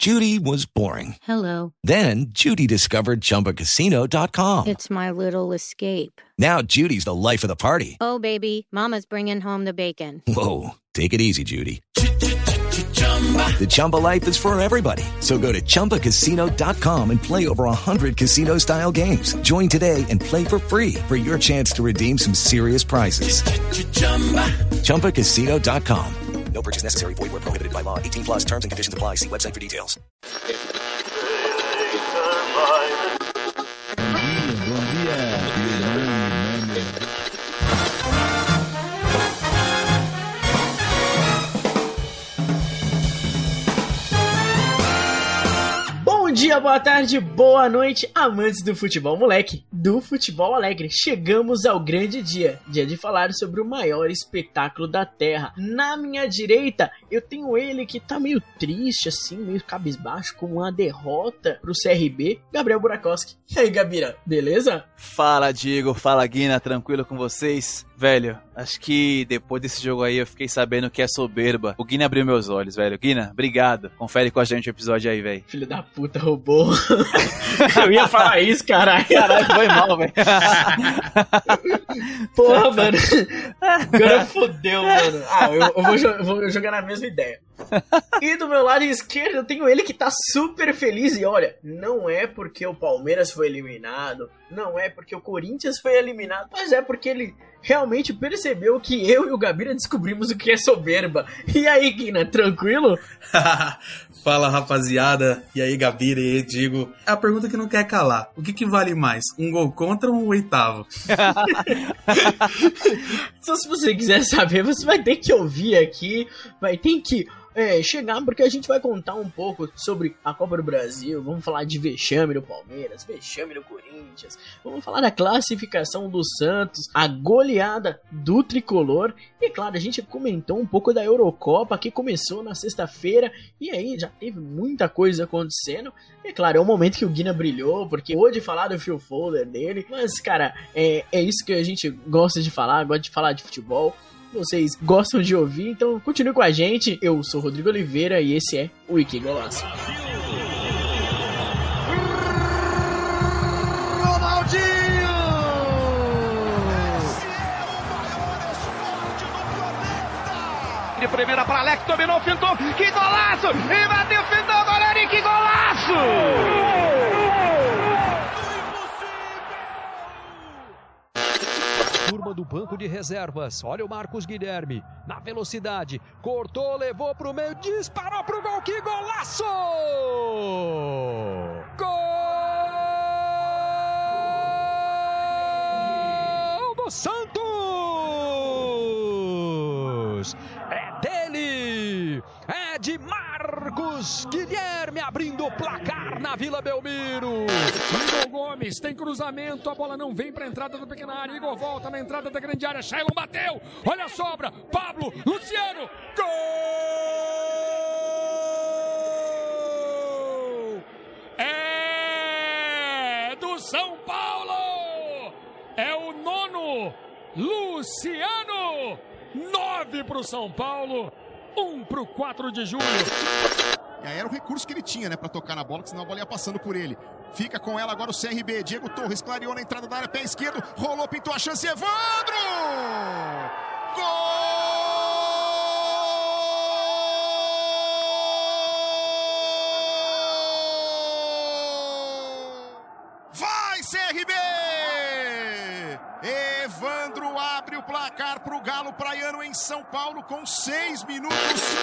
Judy was boring. Hello. Then Judy discovered ChumbaCasino.com. It's my little escape. Now Judy's the life of the party. Oh, baby, mama's bringing home the bacon. Whoa, take it easy, Judy. The Chumba life is for everybody. So go to ChumbaCasino.com and play over 100 casino-style games. Join today and play for free for your chance to redeem some serious prizes. ChumbaCasino.com. No purchase necessary. Void where prohibited by law. 18 plus terms and conditions apply. See website for details. Bom dia. Bom dia, boa tarde, boa noite, amantes do futebol moleque, do futebol alegre. Chegamos ao grande dia de falar sobre o maior espetáculo da terra. Na minha direita, eu tenho ele que tá meio triste, assim, meio cabisbaixo, com uma derrota pro CRB, Gabriel Burakovsky. E aí, Gabira, beleza? Fala, Diego, fala, Guina, tranquilo com vocês? Velho, acho que depois desse jogo aí eu fiquei sabendo que é soberba. O Guina abriu meus olhos, velho. Guina, obrigado. Confere com a gente o episódio aí, velho. Filho da puta, roubou. Eu ia falar isso, caralho. Caralho, foi mal, velho. Porra, mano. Agora fodeu, mano. Eu vou jogar na mesma ideia. E do meu lado esquerdo eu tenho ele que tá super feliz. E olha, não é porque o Palmeiras foi eliminado, não é porque o Corinthians foi eliminado, mas é porque ele realmente percebeu que eu e o Gabira descobrimos o que é soberba. E aí, Guina, tranquilo? Fala, rapaziada. E aí, Gabira, e aí, Diego. É a pergunta que não quer calar. O que vale mais? Um gol contra ou um oitavo? Então, se você quiser saber, você vai ter que ouvir aqui, vai ter que chegar, porque a gente vai contar um pouco sobre a Copa do Brasil. Vamos falar de vexame do Palmeiras, vexame do Corinthians, vamos falar da classificação do Santos, a goleada do Tricolor. E claro, a gente comentou um pouco da Eurocopa, que começou na sexta-feira, e aí já teve muita coisa acontecendo. E claro, é um momento que o Guina brilhou, porque pôde falar do Phil Folder dele. Mas cara, é isso que a gente gosta de falar, gosta de falar de futebol. Vocês gostam de ouvir, então continue com a gente. Eu sou o Rodrigo Oliveira e esse é o Wiki Golaço. Ronaldinho! De primeira para Alex, dominou, fintou, que golaço! E bateu, fintou, goleiro, e que golaço! Turma do banco de reservas, olha o Marcos Guilherme, na velocidade, cortou, levou pro meio, disparou pro gol, que golaço! Gol do Santos! É dele! É de Marcos Guilherme abrindo o placar na Vila Belmiro. Igor Gomes tem cruzamento, a bola não vem para a entrada do pequena área. Igor volta na entrada da grande área. Shailon bateu, olha a sobra. Pablo, Luciano, gol! É do São Paulo! É o nono, Luciano! 9 para o São Paulo. 1 pro 4 de julho. E aí era o recurso que ele tinha, né, pra tocar na bola, que senão a bola ia passando por ele. Fica com ela agora o CRB. Diego Torres clareou na entrada da área, pé esquerdo, rolou, pintou a chance, Evandro! Gol! Vai, CRB! Evandro abre o placar para o Galo Praiano em São Paulo com 6 minutos.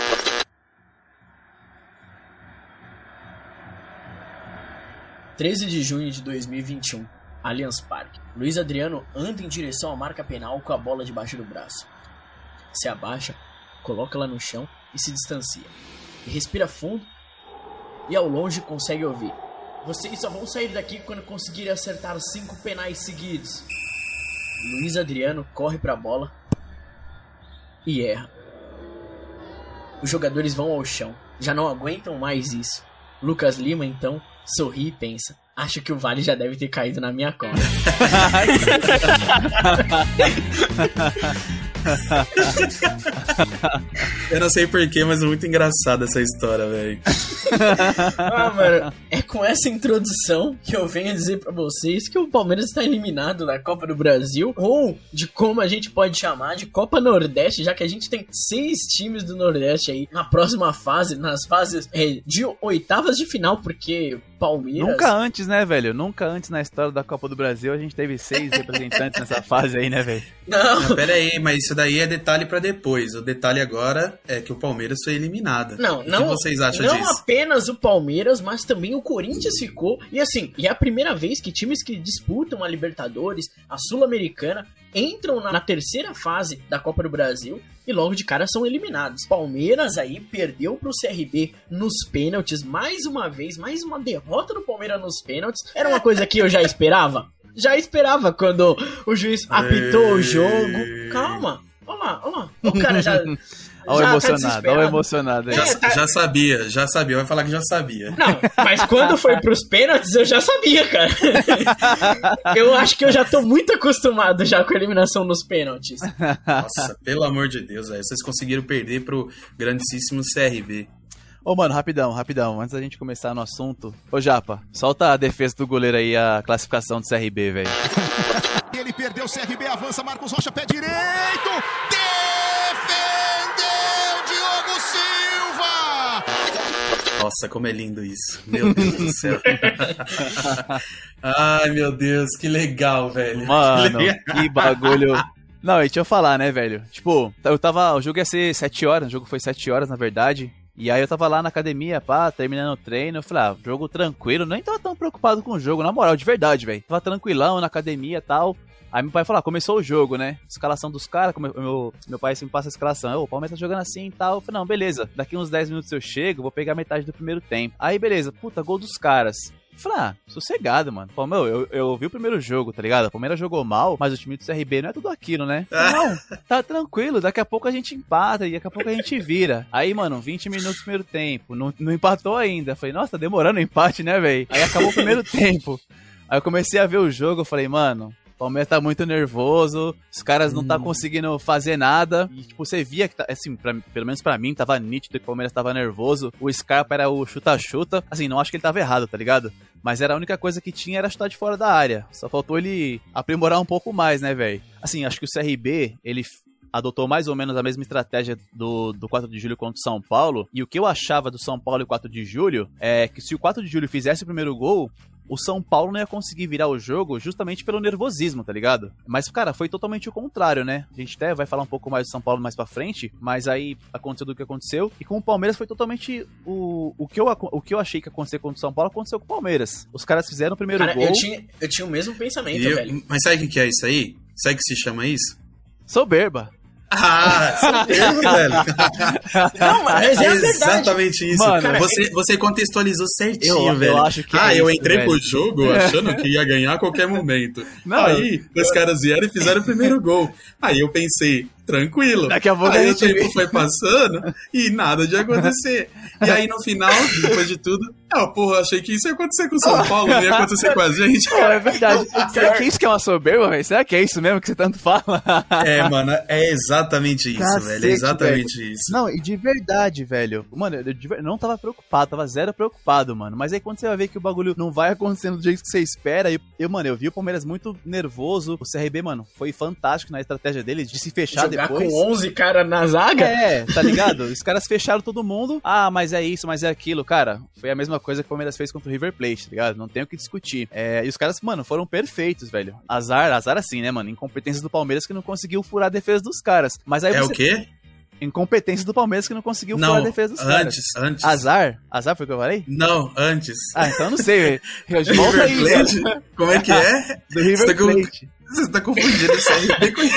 – 13 de junho de 2021, Allianz Parque. Luiz Adriano anda em direção à marca penal com a bola debaixo do braço. Se abaixa, coloca ela no chão e se distancia. E respira fundo e ao longe consegue ouvir: vocês só vão sair daqui quando conseguirem acertar 5 penais seguidos. Luiz Adriano corre para a bola e erra. Os jogadores vão ao chão, já não aguentam mais isso. Lucas Lima então sorri e pensa: acho que o Vale já deve ter caído na minha conta. Eu não sei porquê, mas é muito engraçada essa história, velho. Mano, é com essa introdução que eu venho dizer pra vocês que o Palmeiras está eliminado da Copa do Brasil, ou de como a gente pode chamar de Copa Nordeste, já que a gente tem 6 times do Nordeste aí na próxima fase, nas fases de oitavas de final, porque Palmeiras... Nunca antes, né, velho? Nunca antes na história da Copa do Brasil a gente teve 6 representantes nessa fase aí, né, velho? Não, pera aí, mas isso daí é detalhe pra depois. O detalhe agora é que o Palmeiras foi eliminado. Não, o que vocês acham disso? Não apenas o Palmeiras, mas também o Corinthians ficou. E assim, é a primeira vez que times que disputam a Libertadores, a Sul-Americana, entram na terceira fase da Copa do Brasil e logo de cara são eliminados. Palmeiras aí perdeu pro CRB nos pênaltis, mais uma vez, mais uma derrota do Palmeiras nos pênaltis. Era uma coisa que eu já esperava. Já esperava quando o juiz apitou o jogo. Calma, olha lá. O cara já... Olha o emocionado aí. Já sabia. Vai falar que já sabia. Não, mas quando foi pros pênaltis, eu já sabia, cara. Eu acho que eu já tô muito acostumado já com a eliminação nos pênaltis. Nossa, pelo amor de Deus, velho. Vocês conseguiram perder pro grandíssimo CRB. Ô, mano, rapidão. Antes da gente começar no assunto. Ô, Japa, solta a defesa do goleiro aí, a classificação do CRB, velho. Ele perdeu o CRB, avança, Marcos Rocha, pé direito. Diogo Silva! Nossa, como é lindo isso. Meu Deus do céu. Ai, meu Deus, que legal, velho. Mano, que bagulho. Não, e deixa eu falar, né, velho? Tipo, o jogo ia ser 7 horas, o jogo foi 7 horas, na verdade. E aí eu tava lá na academia, terminando o treino, eu falei, jogo tranquilo, nem tava tão preocupado com o jogo, na moral, de verdade, velho. Tava tranquilão na academia e tal. Aí meu pai falou, começou o jogo, né? Escalação dos caras, meu pai sempre passa a escalação. O Palmeiras tá jogando assim e tal. Eu falei, não, beleza, daqui uns 10 minutos eu chego, vou pegar metade do primeiro tempo. Aí, beleza, puta, gol dos caras. Eu falei, sossegado, mano. Falei, eu vi o primeiro jogo, tá ligado? O Palmeiras jogou mal, mas o time do CRB não é tudo aquilo, né? Falei, não, tá tranquilo, daqui a pouco a gente empata e daqui a pouco a gente vira. Aí, mano, 20 minutos do primeiro tempo, não empatou ainda. Eu falei, nossa, tá demorando o empate, né, velho? Aí acabou o primeiro tempo. Aí eu comecei a ver o jogo, eu falei, mano... O Palmeiras tá muito nervoso, os caras não tá conseguindo fazer nada. E, tipo, você via que, assim, pelo menos pra mim, tava nítido que o Palmeiras tava nervoso. O Scarpa era o chuta-chuta. Assim, não acho que ele tava errado, tá ligado? Mas era a única coisa que tinha era chutar de fora da área. Só faltou ele aprimorar um pouco mais, né, velho? Assim, acho que o CRB, ele adotou mais ou menos a mesma estratégia do 4 de julho contra o São Paulo. E o que eu achava do São Paulo e 4 de julho é que se o 4 de julho fizesse o primeiro gol... o São Paulo não ia conseguir virar o jogo justamente pelo nervosismo, tá ligado? Mas, cara, foi totalmente o contrário, né? A gente até vai falar um pouco mais do São Paulo mais pra frente, mas aí aconteceu do que aconteceu. E com o Palmeiras foi totalmente o que eu achei que ia acontecer com o São Paulo, aconteceu com o Palmeiras. Os caras fizeram o primeiro gol. Eu tinha o mesmo pensamento, velho. Mas sabe o que é isso aí? Sabe o que se chama isso? Soberba. Soberba, velho. Não, mas é exatamente isso. Mano, cara, você contextualizou certinho, velho. Eu acho que eu entrei pro jogo achando que ia ganhar a qualquer momento. Aí, os caras vieram e fizeram o primeiro gol. Aí eu pensei, tranquilo. Daqui a pouco aí o tempo foi passando e nada de acontecer. E aí no final, depois de tudo, achei que isso ia acontecer com o São Paulo, não ia acontecer com a gente. É verdade. Será que isso que é uma soberba, velho? Será que é isso mesmo que você tanto fala? Mano, é exatamente isso, velho. É exatamente isso. Não, e de verdade, velho. Mano, eu não tava preocupado, tava zero preocupado, mano. Mas aí quando você vai ver que o bagulho não vai acontecendo do jeito que você espera, eu vi o Palmeiras muito nervoso. O CRB, mano, foi fantástico na estratégia deles de se fechar jogar depois. Com 11 caras na zaga? Tá ligado? Os caras fecharam todo mundo. Mas é isso, mas é aquilo. Cara, foi a mesma coisa que o Palmeiras fez contra o River Plate, tá ligado? Não tem o que discutir. E os caras, mano, foram perfeitos, velho. Azar assim, né, mano? Incompetência do Palmeiras que não conseguiu furar a defesa dos caras. Mas aí o quê? Incompetência do Palmeiras que não conseguiu furar a defesa dos caras. Antes. Azar foi o que eu falei? Não, antes. Então eu não sei, velho. Volta aí, velho. Como é que é? Do River Plate. Você tá confundindo isso aí com...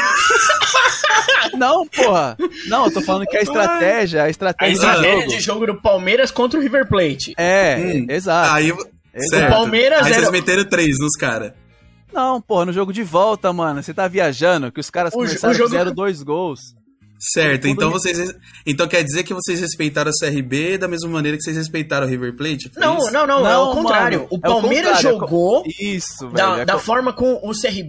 Não, porra. Não, eu tô falando que a estratégia de jogo do Palmeiras contra o River Plate. Exato. Aí, certo. O Palmeiras vocês meteram 3 nos caras. Não, porra, no jogo de volta, mano. Você tá viajando, que os caras começaram e fizeram 2 gols. Certo, então quer dizer que vocês respeitaram o CRB da mesma maneira que vocês respeitaram o River Plate? Não, é o contrário. Mano, o Palmeiras jogou isso, velho, da forma com o CRB,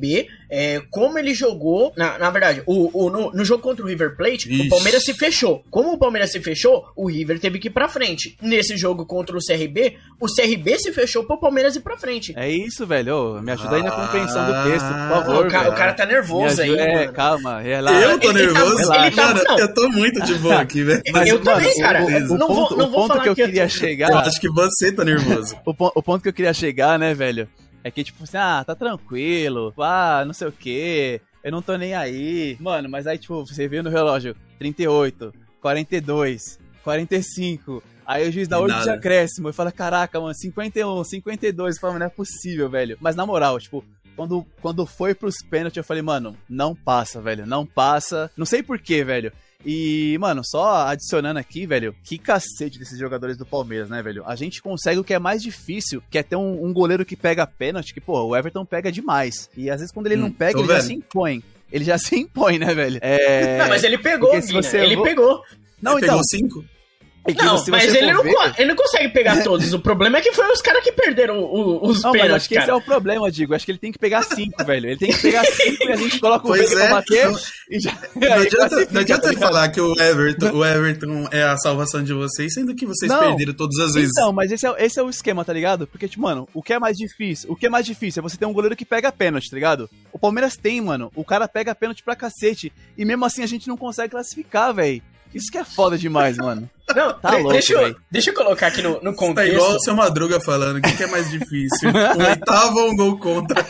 como ele jogou, na verdade, no jogo contra o River Plate, o Palmeiras se fechou. Como o Palmeiras se fechou, o River teve que ir pra frente. Nesse jogo contra o CRB se fechou pro Palmeiras ir pra frente. É isso, velho. Me ajuda aí na compreensão do texto, por favor. O cara tá nervoso aí, mano. Calma, relaxa. Eu tô nervoso? Relaxa. Eu tô muito de boa aqui, velho. Eu também, cara. Não vou falar que eu queria chegar... Eu acho que você tá nervoso. O ponto que eu queria chegar, né, velho, é que, tipo assim, tá tranquilo, não sei o quê, eu não tô nem aí. Mano, mas aí, tipo, você vê no relógio, 38, 42, 45, aí o juiz dá 8 de acréscimo e fala, caraca, mano, 51, 52, fala, não é possível, velho. Mas na moral, tipo, quando foi pros pênaltis, eu falei, mano, não passa, velho, não passa. Não sei porquê, velho. E, mano, só adicionando aqui, velho, que cacete desses jogadores do Palmeiras, né, velho? A gente consegue o que é mais difícil, que é ter um goleiro que pega pênalti, que, pô, o Everton pega demais. E às vezes quando ele não pega, ele já se impõe. Ele já se impõe, né, velho? Não, mas ele pegou, ele pegou. Não, ele pegou 5? Não, mas ele não consegue pegar todos. O problema é que foi os caras que perderam os pênaltis, mas acho que esse é o problema, Digo. Acho que ele tem que pegar 5, velho. Ele tem que pegar 5 e a gente coloca o Veiga pra bater e já... Não adianta ele falar que o Everton é a salvação de vocês, sendo que vocês perderam todas as vezes. Não, mas esse é o esquema, tá ligado? Porque, tipo, mano, o que é mais difícil é você ter um goleiro que pega pênalti, tá ligado? O Palmeiras tem, mano. O cara pega pênalti pra cacete. E mesmo assim a gente não consegue classificar, velho. Isso que é foda demais, mano. Não, tá louco, deixa eu colocar aqui no contexto. Tá igual o seu Madruga falando, o que é mais difícil? Um oitavo ou um gol contra?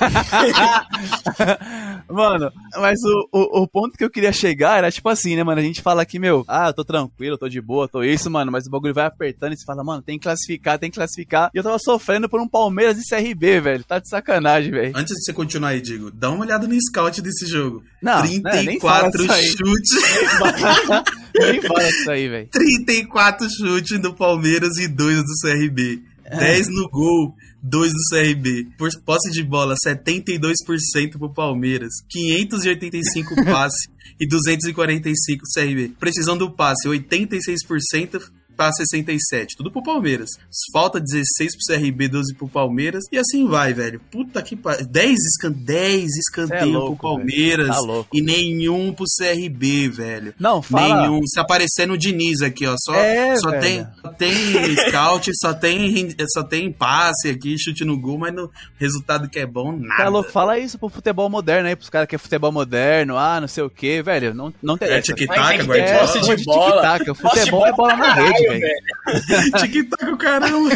Mano, mas o ponto que eu queria chegar era tipo assim, né, mano? A gente fala aqui, eu tô tranquilo, tô de boa, tô isso, mano, mas o bagulho vai apertando e você fala, mano, tem que classificar. E eu tava sofrendo por um Palmeiras e CRB, velho. Tá de sacanagem, velho. Antes de você continuar aí, Digo, dá uma olhada no scout desse jogo. Não, 34 chutes. Nem fala isso aí, velho. 34 chutes do Palmeiras e 2 do CRB. 10 no gol, 2 do CRB. Por posse de bola, 72% pro Palmeiras. 585 passe e 245 CRB. Precisão do passe, 86% para 67. Tudo pro Palmeiras. Falta 16 pro CRB, 12 pro Palmeiras. E assim vai, velho. Puta que pariu. 10 escanteios pro Palmeiras. Tá louco. E nenhum pro CRB, velho. Não, fala. Nenhum. Se aparecer no Diniz aqui, ó. Só tem scout, só tem passe aqui, chute no gol, mas no resultado que é bom, nada. Tá louco, fala isso pro futebol moderno aí, pros caras que é futebol moderno, não sei o que, velho. Não tem tic-tac, Guardiola. Tic-tac, o futebol é bola na rede, velho. Tic-tac o caramba.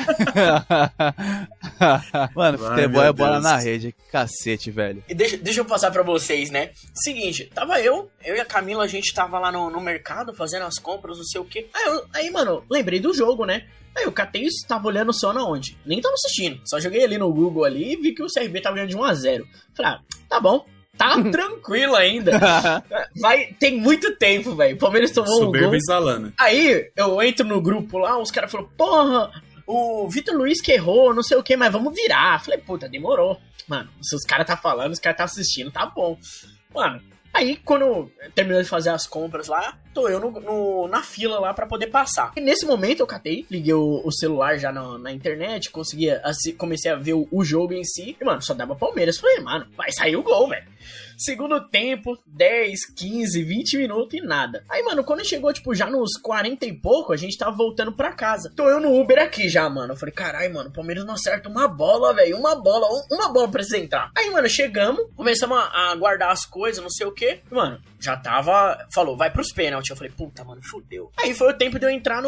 Mano, futebol é bola na rede, que cacete, velho. E deixa eu passar pra vocês, né? Seguinte, tava eu e a Camila, a gente tava lá no mercado fazendo as compras, não sei o que. Aí, mano, lembrei do jogo, né? Aí eu catei isso, tava olhando só na onde? Nem tava assistindo. Só joguei ali no Google ali e vi que o CRB tava ganhando de 1-0. Falei, tá bom. Tá tranquilo ainda. Tem muito tempo, velho. O Palmeiras tomou um gol. Exalando. Aí eu entro no grupo lá, os caras falaram, porra, o Vitor Luiz que errou, não sei o que, mas vamos virar. Falei, puta, demorou. Mano, se os caras tá falando, os caras tá assistindo, tá bom. Mano, aí quando terminou de fazer as compras lá, tô eu na fila lá pra poder passar. E nesse momento eu catei, liguei o celular já na internet, comecei a ver o jogo em si. E, mano, só dava Palmeiras. Falei, mano, vai sair o gol, velho. Segundo tempo, 10, 15, 20 minutos e nada. Aí, mano, quando chegou, tipo, já nos 40 e pouco, a gente tava voltando pra casa. Tô eu no Uber aqui já, mano. Eu falei, caralho, mano, o Palmeiras não acerta uma bola, velho. Uma bola pra você entrar. Aí, mano, chegamos, começamos a guardar as coisas, não sei o que. Mano, já tava... Falou, vai pros pênaltis. Eu falei, puta, mano, fudeu. Aí foi o tempo de eu entrar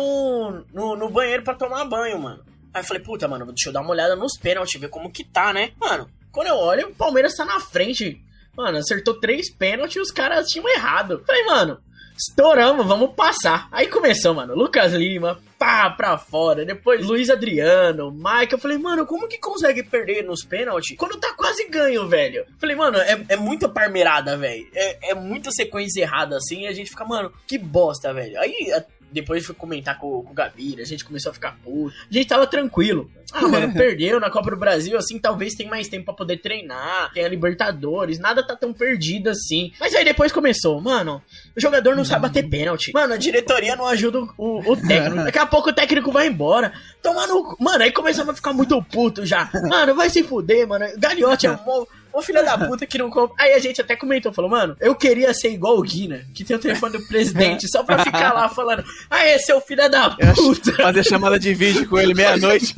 no banheiro pra tomar banho, mano. Aí eu falei, puta, mano, deixa eu dar uma olhada nos pênaltis, ver como que tá, né? Mano, quando eu olho, o Palmeiras tá na frente. Mano, acertou 3 pênaltis e os caras tinham errado. Falei, mano, estouramos, vamos passar. Aí começou, mano, Lucas Lima, pá, pra fora. Depois Luiz Adriano, Mike. Eu falei, mano, como que consegue perder nos pênaltis quando tá quase ganho, velho? Falei, mano, é muita parmeirada, velho. É muita sequência errada assim. E a gente fica, mano, que bosta, velho. Aí... Depois fui comentar com o Gabi, a gente começou a ficar puto. A gente tava tranquilo. Mano, perdeu na Copa do Brasil, assim, talvez tenha mais tempo pra poder treinar, tem a Libertadores, nada tá tão perdido assim. Mas aí depois começou, mano, o jogador não sabe bater pênalti. Mano, a diretoria não ajuda o técnico. Daqui a pouco o técnico vai embora. Mano, aí começamos a ficar muito puto já. Mano, vai se fuder, mano. Gagliotti é Ô filho da puta que não compra. Aí a gente até comentou, falou, mano, eu queria ser igual o Guina, que tem o telefone do presidente, só pra ficar lá falando, seu filho da puta. Fazer chamada de vídeo com ele meia-noite.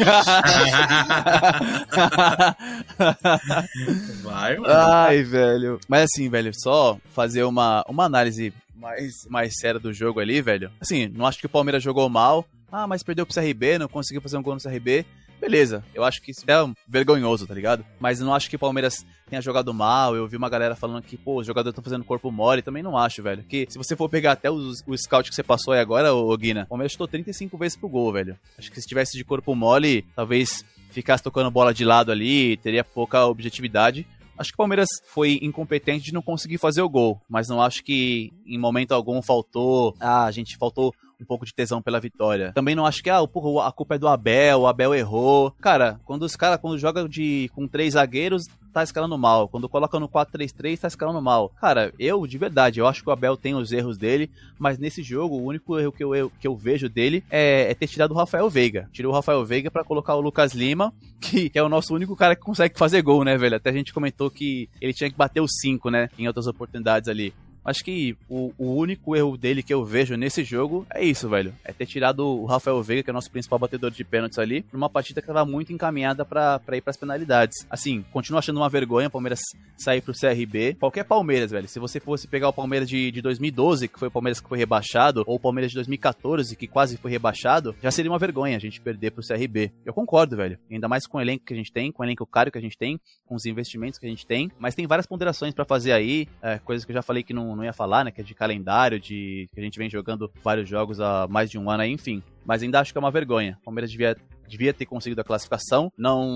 Vai, mano. Ai, velho. Mas assim, velho, só fazer uma análise mais séria do jogo ali, velho. Assim, não acho que o Palmeiras jogou mal. Mas perdeu pro CRB, não conseguiu fazer um gol no CRB. Beleza, eu acho que isso é vergonhoso, tá ligado? Mas eu não acho que o Palmeiras tenha jogado mal. Eu vi uma galera falando que, os jogadores estão fazendo corpo mole. Também não acho, velho. Que se você for pegar até o scout que você passou aí agora, ô Guina, o Palmeiras chutou 35 vezes pro gol, velho. Acho que se tivesse de corpo mole, talvez ficasse tocando bola de lado ali, teria pouca objetividade. Acho que o Palmeiras foi incompetente de não conseguir fazer o gol, mas não acho que em momento algum faltou um pouco de tesão pela vitória. Também não acho que, a culpa é do Abel, o Abel errou. Cara, quando joga com 3 zagueiros, tá escalando mal. Quando coloca no 4-3-3, tá escalando mal. Cara, de verdade, eu acho que o Abel tem os erros dele, mas nesse jogo, o único erro que eu vejo dele é ter tirado o Rafael Veiga. Tirou o Rafael Veiga pra colocar o Lucas Lima, que é o nosso único cara que consegue fazer gol, né, velho? Até a gente comentou que ele tinha que bater os 5, né, em outras oportunidades ali. Acho que o único erro dele que eu vejo nesse jogo é isso, velho. É ter tirado o Rafael Veiga, que é o nosso principal batedor de pênaltis ali, numa partida que tava muito encaminhada pra ir pras penalidades. Assim, continuo achando uma vergonha o Palmeiras sair pro CRB. Qualquer Palmeiras, velho. Se você fosse pegar o Palmeiras de 2012, que foi o Palmeiras que foi rebaixado, ou o Palmeiras de 2014, que quase foi rebaixado, já seria uma vergonha a gente perder pro CRB. Eu concordo, velho. Ainda mais com o elenco que a gente tem, com o elenco caro que a gente tem, com os investimentos que a gente tem. Mas tem várias ponderações pra fazer aí, coisas que eu já falei que não ia falar, né, que é de calendário, que a gente vem jogando vários jogos há mais de um ano aí, enfim. Mas ainda acho que é uma vergonha. O Palmeiras devia ter conseguido a classificação,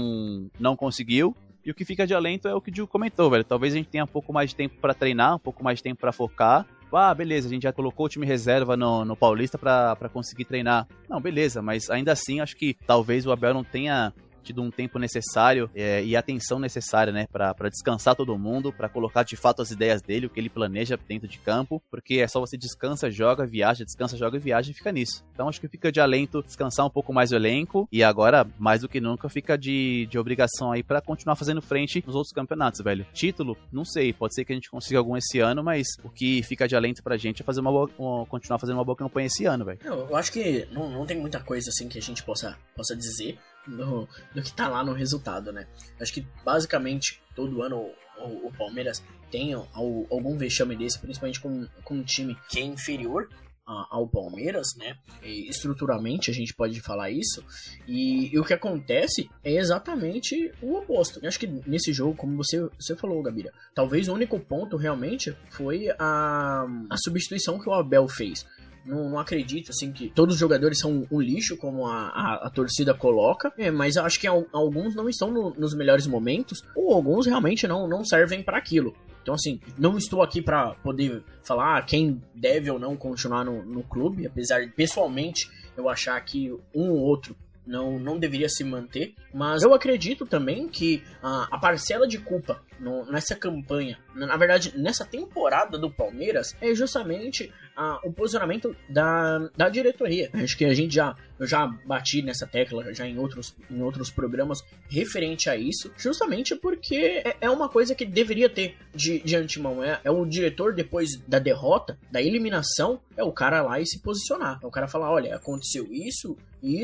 não conseguiu. E o que fica de alento é o que o Diogo comentou, velho. Talvez a gente tenha um pouco mais de tempo pra treinar, um pouco mais de tempo pra focar. Beleza, a gente já colocou o time reserva no Paulista pra conseguir treinar. Não, beleza, mas ainda assim acho que talvez o Abel não tenha tido um tempo necessário e atenção necessária, né, pra descansar todo mundo, pra colocar de fato as ideias dele, o que ele planeja dentro de campo, porque é só você descansa, joga, viaja, descansa, joga e viaja e fica nisso. Então acho que fica de alento descansar um pouco mais o elenco e agora, mais do que nunca, fica de obrigação aí pra continuar fazendo frente nos outros campeonatos, velho. Título, não sei, pode ser que a gente consiga algum esse ano, mas o que fica de alento pra gente é fazer continuar fazendo uma boa campanha esse ano, velho. Eu acho que não tem muita coisa assim que a gente possa dizer do que tá lá no resultado, né? Acho que basicamente todo ano o Palmeiras tem algum vexame desse, principalmente com um time que é inferior ao Palmeiras, né? E estruturalmente a gente pode falar isso. E o que acontece é exatamente o oposto. Eu acho que nesse jogo, como você falou, Gabira, talvez o único ponto realmente foi a substituição que o Abel fez. Não acredito, assim, que todos os jogadores são um lixo, como a torcida coloca, mas eu acho que alguns não estão nos melhores momentos, ou alguns realmente não servem para aquilo. Então, assim, não estou aqui para poder falar quem deve ou não continuar no clube, apesar de, pessoalmente, eu achar que um ou outro não deveria se manter, mas eu acredito também que a parcela de culpa nessa campanha, na verdade, nessa temporada do Palmeiras, é justamente o posicionamento da diretoria. Acho que eu já bati nessa tecla já em outros programas referente a isso, justamente porque é uma coisa que deveria ter de antemão. É o diretor, depois da derrota, da eliminação, é o cara lá e se posicionar. É o cara falar, olha, aconteceu isso,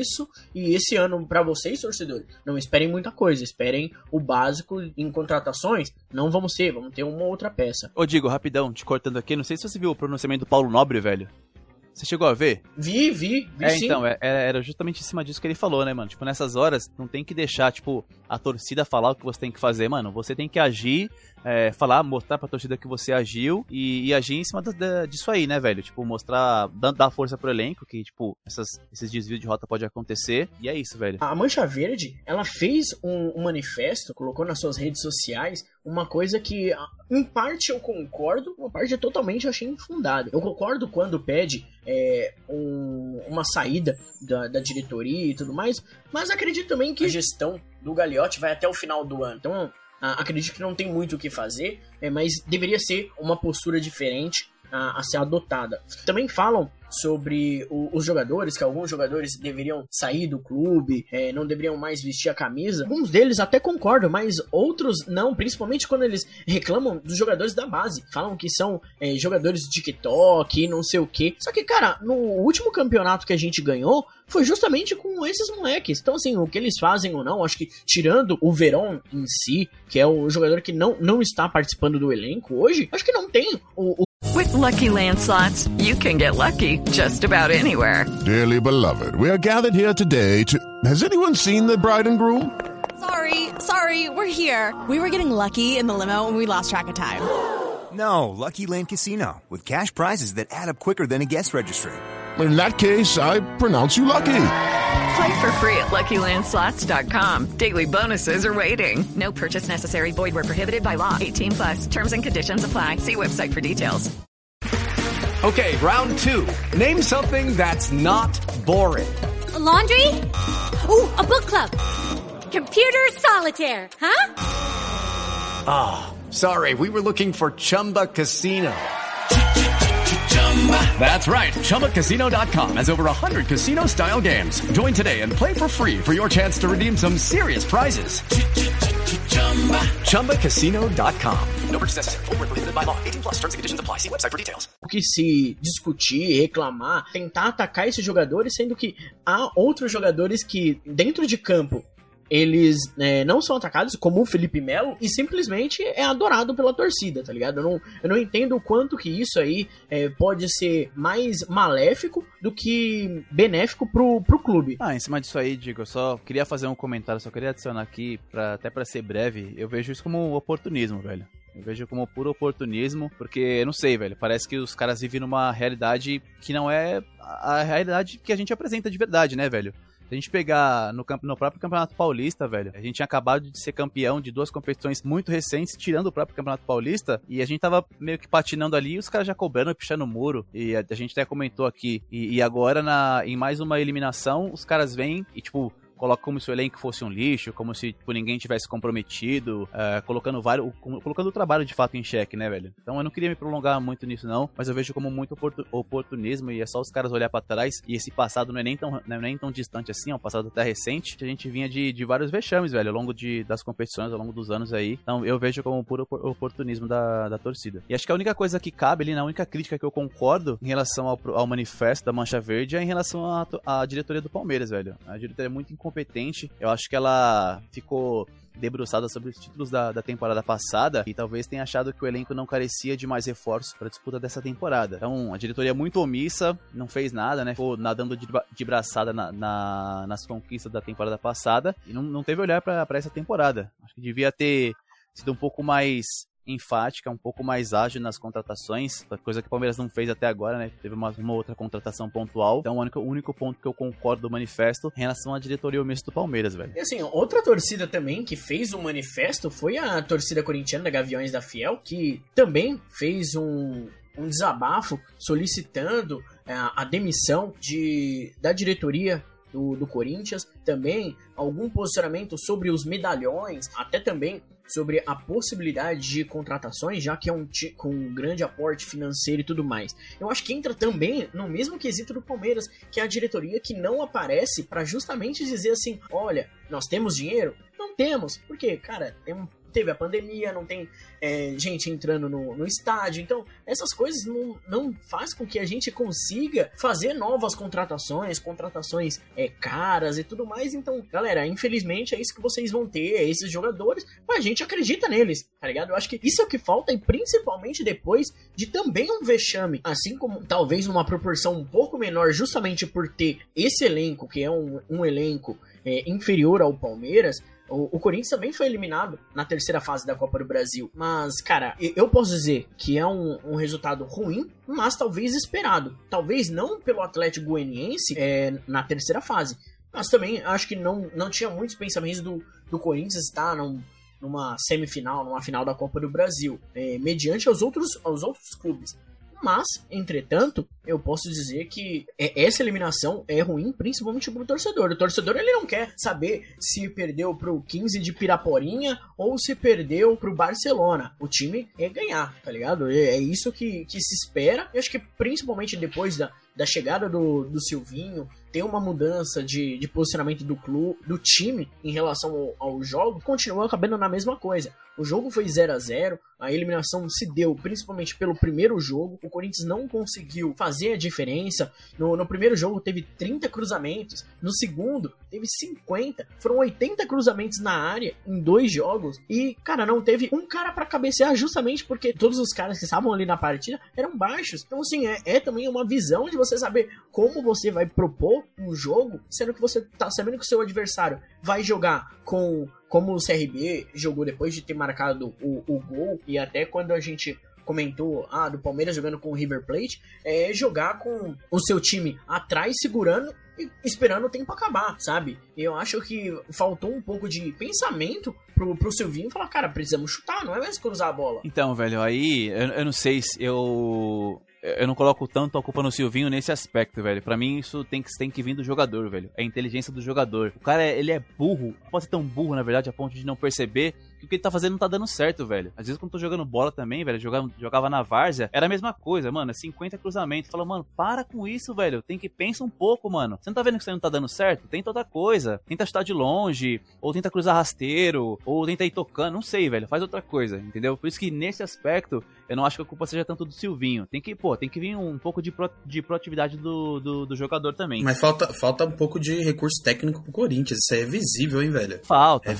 e esse ano pra vocês, torcedores, não esperem muita coisa, esperem o básico em contratações, vamos ter uma outra peça. Ô, Diego, rapidão, te cortando aqui, não sei se você viu o pronunciamento do Paulo Nobre, velho. Você chegou a ver? Vi sim. Então, era justamente em cima disso que ele falou, né, mano? Tipo, nessas horas, não tem que deixar, tipo, a torcida falar o que você tem que fazer, mano. Você tem que agir, falar, mostrar pra torcida que você agiu e agir em cima disso aí, né, velho? Tipo, mostrar, dar força pro elenco, que, tipo, esses desvios de rota pode acontecer, e é isso, velho. A Mancha Verde, ela fez um manifesto, colocou nas suas redes sociais, uma coisa que, em parte eu concordo, uma parte eu totalmente achei infundada. Eu concordo quando pede uma saída da diretoria e tudo mais, mas acredito também que a gestão do Gagliotti vai até o final do ano. Então, acredito que não tem muito o que fazer, mas deveria ser uma postura diferente a ser adotada. Também falam sobre os jogadores, que alguns jogadores deveriam sair do clube, não deveriam mais vestir a camisa. Alguns deles até concordam, mas outros não, principalmente quando eles reclamam dos jogadores da base. Falam que são jogadores de TikTok, não sei o que. Só que, cara, no último campeonato que a gente ganhou, foi justamente com esses moleques. Então, assim, o que eles fazem ou não, acho que tirando o Verón em si, que é o jogador que não está participando do elenco hoje, acho que não tem With Lucky Land Slots, you can get lucky just about anywhere. Dearly beloved, we are gathered here today to... Has anyone seen the bride and groom? Sorry, we're here. We were getting lucky in the limo and we lost track of time. No, Lucky Land Casino, with cash prizes that add up quicker than a guest registry. In that case, I pronounce you lucky. Play for free at LuckyLandSlots.com. Daily bonuses are waiting. No purchase necessary. Void where prohibited by law. 18+. Terms and conditions apply. See website for details. Okay, round 2. Name something that's not boring. A laundry? Ooh, a book club. Computer solitaire, huh? Ah, sorry. We were looking for Chumba Casino. That's right. ChumbaCasino.com has over 100 casino-style games. Join today and play for free for your chance to redeem some serious prizes. ChumbaCasino.com. No purchase necessary. Void where prohibited by law. 18+. Terms and conditions apply. See website for details. O que se discutir, reclamar, tentar atacar esses jogadores, sendo que há outros jogadores que, dentro de campo, eles não são atacados, como o Felipe Melo, e simplesmente é adorado pela torcida, tá ligado? Eu não entendo o quanto que isso aí pode ser mais maléfico do que benéfico pro clube. Em cima disso aí, Diego, eu só queria fazer um comentário, só queria adicionar aqui, até pra ser breve, eu vejo isso como um oportunismo, velho. Eu vejo como puro oportunismo, porque, eu não sei, velho, parece que os caras vivem numa realidade que não é a realidade que a gente apresenta de verdade, né, velho? Se a gente pegar no próprio Campeonato Paulista, velho, a gente tinha acabado de ser campeão de 2 competições muito recentes, tirando o próprio Campeonato Paulista, e a gente tava meio que patinando ali, e os caras já cobrando e pichando o muro, e a gente até comentou aqui, e agora em mais uma eliminação, os caras vêm e, tipo, coloca como se o elenco fosse um lixo, como se ninguém tivesse comprometido, colocando o trabalho de fato em xeque, né, velho? Então eu não queria me prolongar muito nisso não, mas eu vejo como muito oportunismo, e é só os caras olhar pra trás, e esse passado não é nem tão distante assim, é um passado até recente, que a gente vinha de vários vexames, velho, ao longo das competições, ao longo dos anos aí. Então eu vejo como puro oportunismo da torcida. E acho que a única coisa que cabe ali, a única crítica que eu concordo em relação ao manifesto da Mancha Verde é em relação à diretoria do Palmeiras, velho. A diretoria é muito incompetente. Eu acho que ela ficou debruçada sobre os títulos da temporada passada e talvez tenha achado que o elenco não carecia de mais reforços para a disputa dessa temporada. Então, a diretoria é muito omissa, não fez nada, né? Ficou nadando de braçada nas conquistas da temporada passada e não teve olhar para essa temporada. Acho que devia ter sido um pouco mais enfática, um pouco mais ágil nas contratações, coisa que o Palmeiras não fez até agora, né? Teve uma outra contratação pontual. Então, o único ponto que eu concordo do manifesto em relação à diretoria omissa do Palmeiras, velho. E assim, outra torcida também que fez um manifesto foi a torcida corintiana da Gaviões da Fiel, que também fez um desabafo solicitando a demissão da diretoria do Corinthians, também algum posicionamento sobre os medalhões, até também sobre a possibilidade de contratações, já que é com um grande aporte financeiro e tudo mais. Eu acho que entra também no mesmo quesito do Palmeiras, que é a diretoria que não aparece para justamente dizer assim, olha, nós temos dinheiro? Não temos. Por quê? Cara, teve a pandemia, não tem gente entrando no estádio, então essas coisas não faz com que a gente consiga fazer novas contratações caras e tudo mais. Então, galera, infelizmente é isso que vocês vão ter, esses jogadores, mas a gente acredita neles, tá ligado? Eu acho que isso é o que falta, e principalmente depois de também um vexame, assim como talvez numa proporção um pouco menor, justamente por ter esse elenco, que é um elenco inferior ao Palmeiras. O Corinthians também foi eliminado na terceira fase da Copa do Brasil. Mas, cara, eu posso dizer que é um resultado ruim, mas talvez esperado. Talvez não pelo Atlético Goianiense na terceira fase. Mas também acho que não tinha muitos pensamentos do Corinthians estar numa semifinal, numa final da Copa do Brasil, mediante aos outros clubes. Mas, entretanto, eu posso dizer que essa eliminação é ruim, principalmente pro torcedor. O torcedor, ele não quer saber se perdeu pro 15 de Piraporinha ou se perdeu pro Barcelona. O time é ganhar, tá ligado? É isso que se espera. Eu acho que principalmente depois da chegada do Silvinho, tem uma mudança de posicionamento do time em relação ao jogo, continua acabando na mesma coisa. O jogo foi 0-0, a eliminação se deu principalmente pelo primeiro jogo, o Corinthians não conseguiu fazer a diferença. No primeiro jogo teve 30 cruzamentos, no segundo teve 50, foram 80 cruzamentos na área em 2 jogos, e, cara, não teve um cara pra cabecear, justamente porque todos os caras que estavam ali na partida eram baixos. Então, assim, é também uma visão de você saber como você vai propor um jogo, sendo que você tá sabendo que o seu adversário vai jogar como o CRB jogou depois de ter marcado o gol, e até quando a gente comentou do Palmeiras jogando com o River Plate, jogar com o seu time atrás, segurando e esperando o tempo acabar, sabe? Eu acho que faltou um pouco de pensamento pro Silvinho falar, cara, precisamos chutar, não é mais cruzar a bola. Então, velho, aí eu não sei se eu não coloco tanto a culpa no Silvinho nesse aspecto, velho. Pra mim, isso tem que vir do jogador, velho. É a inteligência do jogador. O cara, ele é burro. Pode ser tão burro, na verdade, a ponto de não perceber que o que ele tá fazendo não tá dando certo, velho. Às vezes, quando eu tô jogando bola também, velho, jogava na várzea, era a mesma coisa, mano. 50 cruzamentos. Fala, mano, para com isso, velho. Pensa um pouco, mano. Você não tá vendo que você não tá dando certo? Tenta outra coisa. Tenta chutar de longe, ou tenta cruzar rasteiro, ou tenta ir tocando. Não sei, velho. Faz outra coisa, entendeu? Por isso que, nesse aspecto, eu não acho que a culpa seja tanto do Silvinho. Tem que vir um pouco de proatividade do jogador também. Mas falta um pouco de recurso técnico pro Corinthians. Isso aí é visível, hein, velho? Falta.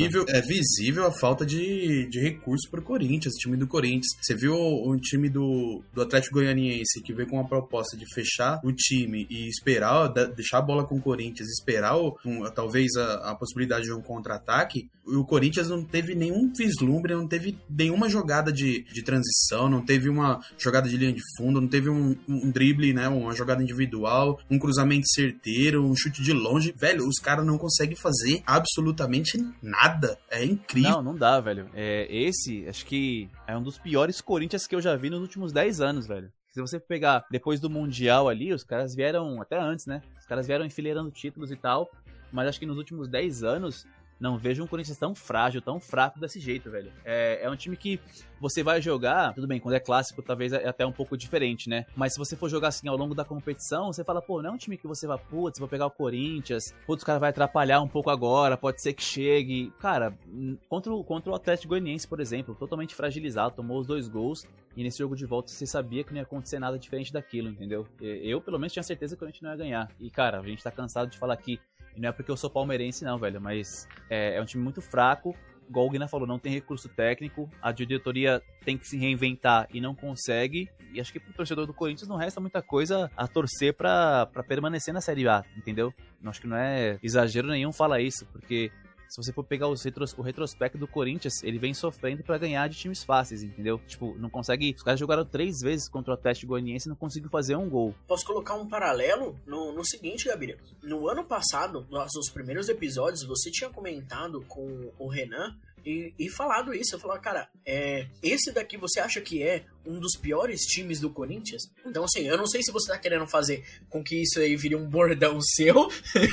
É visível a falta de recurso pro Corinthians, time do Corinthians. Você viu o time do Atlético Goianiense, que veio com uma proposta de fechar o time e esperar, deixar a bola com o Corinthians, esperar talvez a possibilidade de um contra-ataque. O Corinthians não teve nenhum vislumbre, não teve nenhuma jogada de transição, não teve uma jogada de linha de fundo, não teve um drible, né, uma jogada individual, um cruzamento certeiro, um chute de longe. Velho, os caras não conseguem fazer absolutamente nada. É incrível. Não dá, velho. Esse, acho que é um dos piores Corinthians que eu já vi nos últimos 10 anos, velho. Se você pegar depois do Mundial ali, os caras vieram, até antes, né? Os caras vieram enfileirando títulos e tal, mas acho que nos últimos 10 anos não vejo um Corinthians tão frágil, tão fraco desse jeito, velho. É um time que você vai jogar, tudo bem, quando é clássico talvez é até um pouco diferente, né? Mas se você for jogar assim ao longo da competição, você fala, pô, não é um time que você vai, putz, vou pegar o Corinthians, putz, o cara vai atrapalhar um pouco agora, pode ser que chegue. Cara, contra o Atlético Goianiense, por exemplo, totalmente fragilizado, tomou os 2 gols, e nesse jogo de volta você sabia que não ia acontecer nada diferente daquilo, entendeu? Eu, pelo menos, tinha certeza que a gente não ia ganhar. E, cara, a gente tá cansado de falar aqui. E não é porque eu sou palmeirense não, velho, mas é um time muito fraco, igual o Guina falou, não tem recurso técnico, a diretoria tem que se reinventar e não consegue, e acho que pro torcedor do Corinthians não resta muita coisa a torcer pra permanecer na Série A, entendeu? Acho que não é exagero nenhum falar isso, porque se você for pegar o retrospecto do Corinthians, ele vem sofrendo pra ganhar de times fáceis, entendeu? Tipo, não consegue... Os caras jogaram 3 vezes contra o Atlético Goianiense e não conseguiu fazer um gol. Posso colocar um paralelo no seguinte, Gabriel. No ano passado, nos primeiros episódios, você tinha comentado com o Renan e falado isso. Eu falava, cara, esse daqui você acha que é um dos piores times do Corinthians? Então, assim, eu não sei se você tá querendo fazer com que isso aí vire um bordão seu,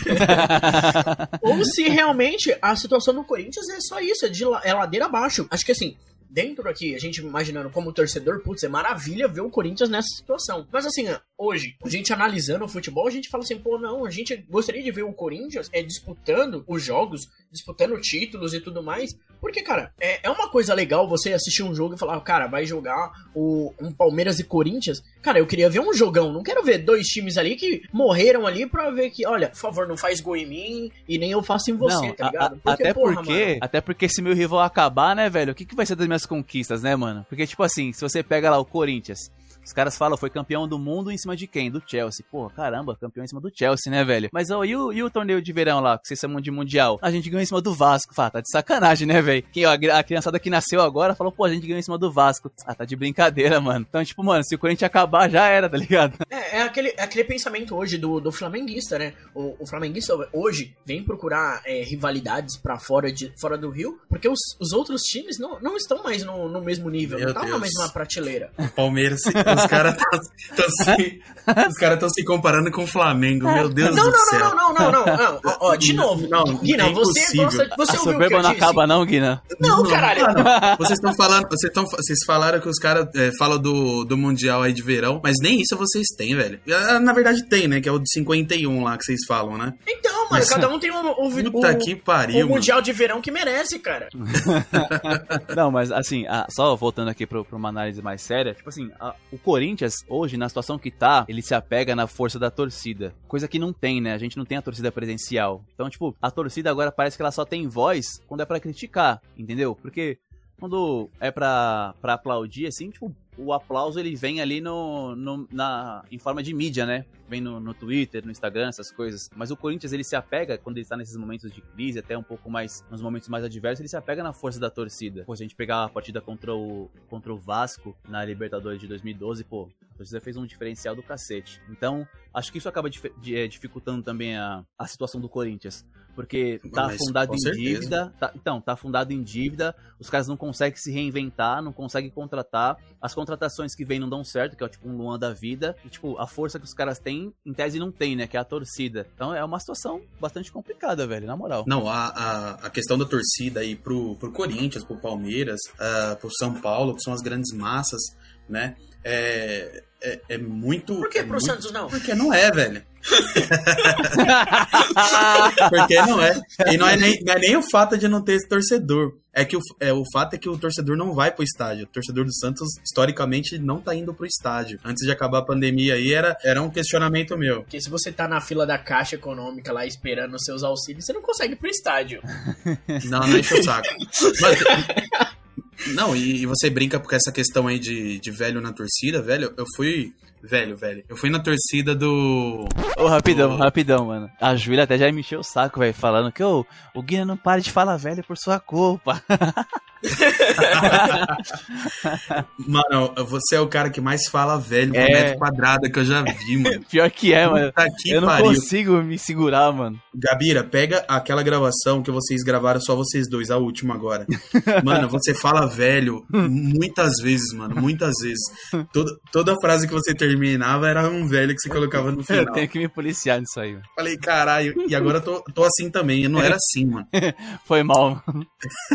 ou se realmente a situação do Corinthians é só isso, é ladeira abaixo. Acho que, assim, dentro aqui, a gente imaginando como torcedor, putz, é maravilha ver o Corinthians nessa situação. Mas assim, hoje, a gente analisando o futebol, a gente fala assim, pô, não, a gente gostaria de ver o Corinthians disputando os jogos, disputando títulos e tudo mais. Porque, cara, é uma coisa legal você assistir um jogo e falar, cara, vai jogar um Palmeiras e Corinthians. Cara, eu queria ver um jogão, não quero ver 2 times ali que morreram ali pra ver que, olha, por favor, não faz gol em mim e nem eu faço em você, não, tá ligado? Até porque se meu rival acabar, né, velho, o que vai ser das minhas conquistas, né, mano? Porque, tipo assim, se você pega lá o Corinthians, os caras falam, foi campeão do mundo em cima de quem? Do Chelsea. Pô, caramba, campeão em cima do Chelsea, né, velho? Mas, ó, e o torneio de verão lá, que vocês chamam de Mundial? A gente ganhou em cima do Vasco. Fala, tá de sacanagem, né, velho? A criançada que nasceu agora falou, pô, a gente ganhou em cima do Vasco. Ah, tá de brincadeira, mano. Então, tipo, mano, se o Corinthians acabar, já era, tá ligado? É aquele pensamento hoje do flamenguista, né? O flamenguista hoje vem procurar rivalidades pra fora do Rio, porque os outros times não estão mais no mesmo nível, não estão na mesma prateleira. O Palmeiras, os caras estão se comparando com o Flamengo, meu Deus do céu. Não. Ó, de novo. Guina, você ouviu o que eu soberba não disse? acaba não, Guina. Não, caralho. Vocês falaram que os caras falam do Mundial aí de verão, mas nem isso vocês têm, velho. Na verdade tem, né? Que é o de 51 lá que vocês falam, né? Então, mano, cada um tem que pariu, o Mundial de verão que merece, cara. Não, mas assim, só voltando aqui pra uma análise mais séria, tipo assim, o Corinthians hoje, na situação que tá, ele se apega na força da torcida. Coisa que não tem, né? A gente não tem a torcida presencial. Então, tipo, a torcida agora parece que ela só tem voz quando é pra criticar, entendeu? Porque quando é pra aplaudir, assim, tipo, o aplauso ele vem ali em forma de mídia, né? Vem no Twitter, no Instagram, essas coisas. Mas o Corinthians, ele se apega, quando ele tá nesses momentos de crise, até um pouco mais, nos momentos mais adversos, ele se apega na força da torcida. Pô, se a gente pegar a partida contra o Vasco na Libertadores de 2012, pô, a torcida fez um diferencial do cacete. Então, acho que isso acaba dificultando também a situação do Corinthians. Porque tá afundado em dívida. Tá afundado em dívida, os caras não conseguem se reinventar, não conseguem contratar. As contratações que vêm não dão certo, que é tipo um Luan da vida. E tipo, a força que os caras têm, em tese não tem, né? Que é a torcida. Então é uma situação bastante complicada, velho, na moral. Não, a questão da torcida aí pro Corinthians, pro Palmeiras, pro São Paulo, que são as grandes massas, né? É muito... Por que pro Santos não? Porque não é, velho. Porque não é. E não é nem o fato de não ter esse torcedor. O fato é que o torcedor não vai pro estádio. O torcedor do Santos, historicamente, não tá indo pro estádio. Antes de acabar a pandemia aí, era um questionamento meu. Porque se você tá na fila da Caixa Econômica lá esperando os seus auxílios, você não consegue ir pro estádio. Não enche o saco. Não, e você brinca com essa questão aí de velho na torcida, velho. Eu fui... Velho. Eu fui na torcida do... Rapidão, mano. A Júlia até já me encheu o saco, velho, falando que o Guina não para de falar velho por sua culpa. Mano, você é o cara que mais fala velho por metro quadrado que eu já vi, mano. Pior que é, mano. Eu não consigo me segurar, mano. Gabira, pega aquela gravação que vocês gravaram, só vocês dois, a última agora. Mano, você fala velho muitas vezes, mano, muitas vezes. Toda frase que você terminava era um velho que você colocava no final. Eu tenho que me policiar nisso aí. Falei, caralho, e agora eu tô assim também. Eu não era assim, mano. Foi mal, mano.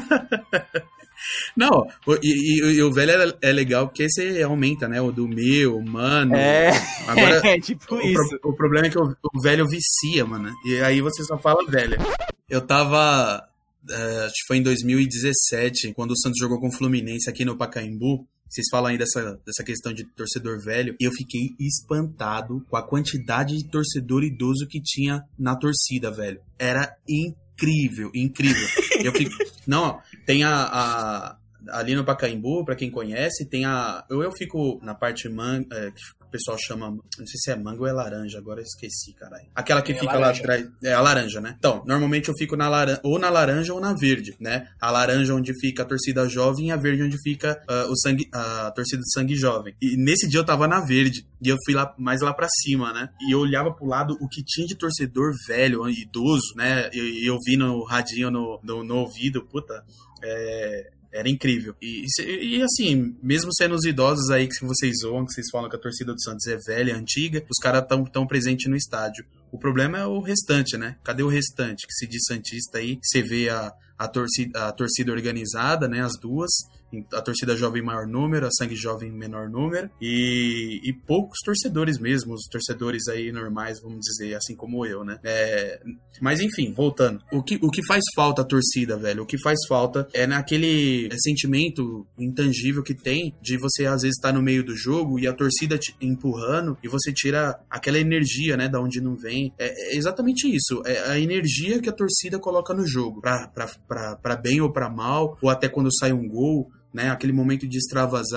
Não, e o velho é legal porque você aumenta, né? O do meu, mano. Agora, tipo isso. O problema é que o velho vicia, mano. E aí você só fala velho. Eu tava... acho que foi em 2017, quando o Santos jogou com o Fluminense aqui no Pacaembu. Vocês falam aí dessa questão de torcedor velho. E eu fiquei espantado com a quantidade de torcedor idoso que tinha na torcida, velho. Era incrível. Eu fico... Não, tem ali no Pacaembu, pra quem conhece, tem eu fico na parte que o pessoal chama, não sei se é manga ou é laranja, agora eu esqueci, caralho. Aquela que fica lá atrás, é a laranja, né? Então, normalmente eu fico ou na laranja ou na verde, né? A laranja onde fica a torcida jovem e a verde onde fica a torcida de sangue jovem. E nesse dia eu tava na verde, e eu fui mais lá pra cima, né? E eu olhava pro lado o que tinha de torcedor velho, idoso, né? E eu vi no radinho, no ouvido, puta, era incrível. E assim, mesmo sendo os idosos aí que vocês zoam, que vocês falam que a torcida do Santos é velha, antiga, os caras tão presentes no estádio. O problema é o restante, né? Cadê o restante? Que se diz santista aí, você vê a torcida organizada, né? As duas. A torcida jovem maior número, a sangue jovem menor número. E poucos torcedores mesmo, os torcedores aí normais, vamos dizer, assim como eu, né? Mas enfim, voltando. O que faz falta a torcida, velho? O que faz falta é naquele sentimento intangível que tem de você às vezes estar no meio do jogo e a torcida te empurrando e você tira aquela energia, né? Da onde não vem. É exatamente isso. É a energia que a torcida coloca no jogo. Pra bem ou pra mal, ou até quando sai um gol, né? Aquele momento de extravasar.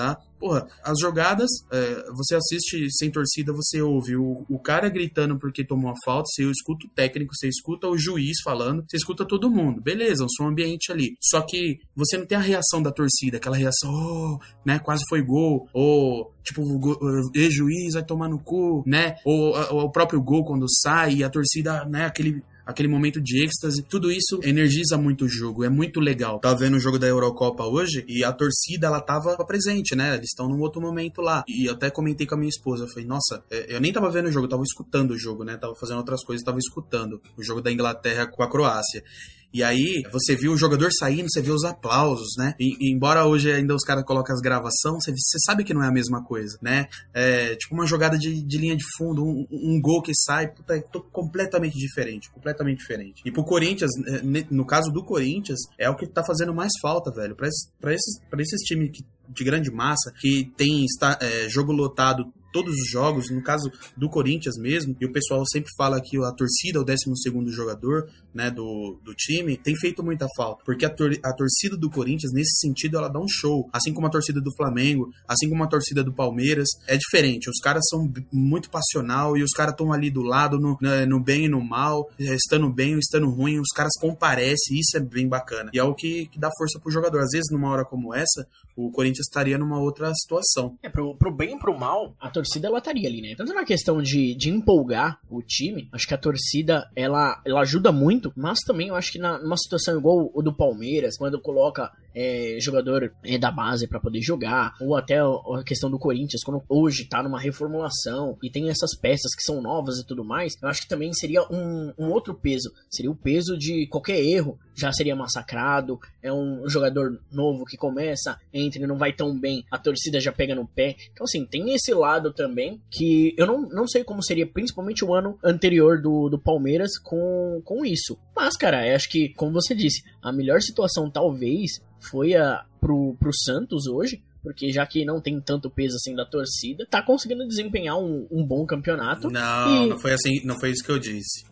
porra, as jogadas, você assiste sem torcida, você ouve o cara gritando porque tomou a falta, você escuta o técnico, você escuta o juiz falando, você escuta todo mundo, beleza, um som ambiente ali. Só que você não tem a reação da torcida, aquela reação, né, quase foi gol, ou tipo, o juiz vai tomar no cu, né, ou o próprio gol quando sai, e a torcida, né, aquele momento de êxtase, tudo isso energiza muito o jogo, é muito legal. Tava vendo o jogo da Eurocopa hoje e a torcida, ela tava presente, né? Eles estão num outro momento lá. E eu até comentei com a minha esposa, eu falei, nossa, eu nem tava vendo o jogo, eu tava escutando o jogo, né? Tava fazendo outras coisas, tava escutando o jogo da Inglaterra com a Croácia. E aí, você viu o jogador saindo, você vê os aplausos, né? E embora hoje ainda os caras colocam as gravações, você sabe que não é a mesma coisa, né? Tipo uma jogada de linha de fundo, um gol que sai, puta, completamente diferente, completamente diferente. E pro Corinthians, no caso do Corinthians, é o que tá fazendo mais falta, velho. Pra esses times de grande massa, que tem jogo lotado todos os jogos, no caso do Corinthians mesmo, e o pessoal sempre fala que a torcida é o 12º jogador, né, do time, tem feito muita falta, porque a torcida do Corinthians, nesse sentido, ela dá um show, assim como a torcida do Flamengo, assim como a torcida do Palmeiras, é diferente, os caras são muito passional, e os caras estão ali do lado, no bem e no mal, estando bem ou estando ruim, os caras comparecem, isso é bem bacana, e é o que dá força pro jogador. Às vezes, numa hora como essa, o Corinthians estaria numa outra situação. Pro bem e pro mal, a torcida ela estaria ali, né? Tanto na questão de empolgar o time, acho que a torcida ela ajuda muito, mas também eu acho que numa situação igual o do Palmeiras, quando coloca jogador da base pra poder jogar, ou até a questão do Corinthians, quando hoje tá numa reformulação e tem essas peças que são novas e tudo mais, eu acho que também seria um outro peso, seria o peso de qualquer erro, já seria massacrado, é um jogador novo que começa, entra e não vai tão bem, a torcida já pega no pé, então assim, tem esse lado também, que eu não sei como seria, principalmente o ano anterior do Palmeiras com isso, mas cara, eu acho que, como você disse, a melhor situação talvez foi pro Santos hoje, porque já que não tem tanto peso assim da torcida, tá conseguindo desempenhar um bom campeonato. Não foi assim, não foi isso que eu disse.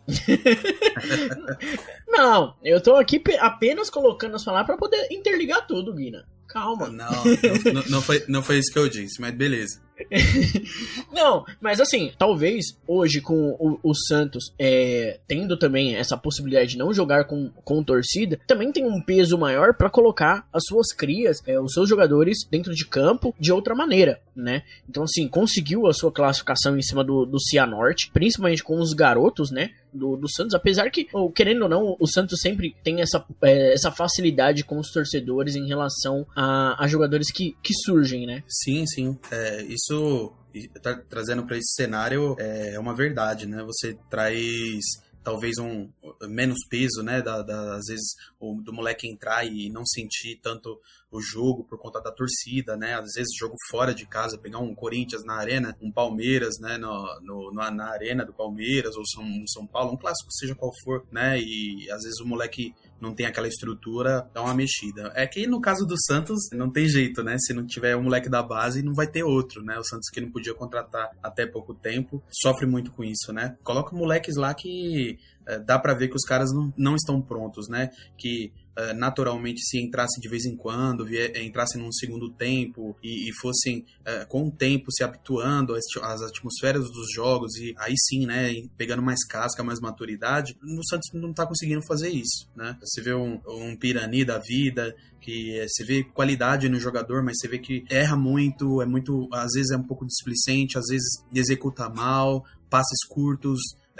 Não, eu tô aqui apenas colocando as palavras pra poder interligar tudo, Guina. Calma. Não foi isso que eu disse, mas beleza. Não, mas assim, talvez hoje com o Santos tendo também essa possibilidade de não jogar com torcida, também tem um peso maior pra colocar as suas crias, os seus jogadores dentro de campo de outra maneira, né? Então assim, conseguiu a sua classificação em cima do Cianorte, principalmente com os garotos, né? Do Santos, apesar que, querendo ou não, o Santos sempre tem essa facilidade com os torcedores em relação a jogadores que surgem, né? Sim. Isso, trazendo para esse cenário, é uma verdade, né? Você traz talvez menos peso, né? Às vezes do moleque entrar e não sentir tanto o jogo por conta da torcida, né? Às vezes jogo fora de casa, pegar um Corinthians na arena, um Palmeiras, né? Na arena do Palmeiras, ou São Paulo, um clássico, seja qual for, né? E às vezes o moleque não tem aquela estrutura, dá uma mexida. É que no caso do Santos, não tem jeito, né? Se não tiver um moleque da base, não vai ter outro, né? O Santos, que não podia contratar até pouco tempo, sofre muito com isso, né? Coloca moleques lá que dá pra ver que os caras não estão prontos, né? Que naturalmente, se entrassem de vez em quando, entrassem num segundo tempo e fossem com o tempo se habituando às atmosferas dos jogos, e aí sim, né, pegando mais casca, mais maturidade, o Santos não tá conseguindo fazer isso, né? Você vê um Pirani da vida, que você vê qualidade no jogador, mas você vê que erra muito, às vezes é um pouco displicente, às vezes executa mal, passes curtos,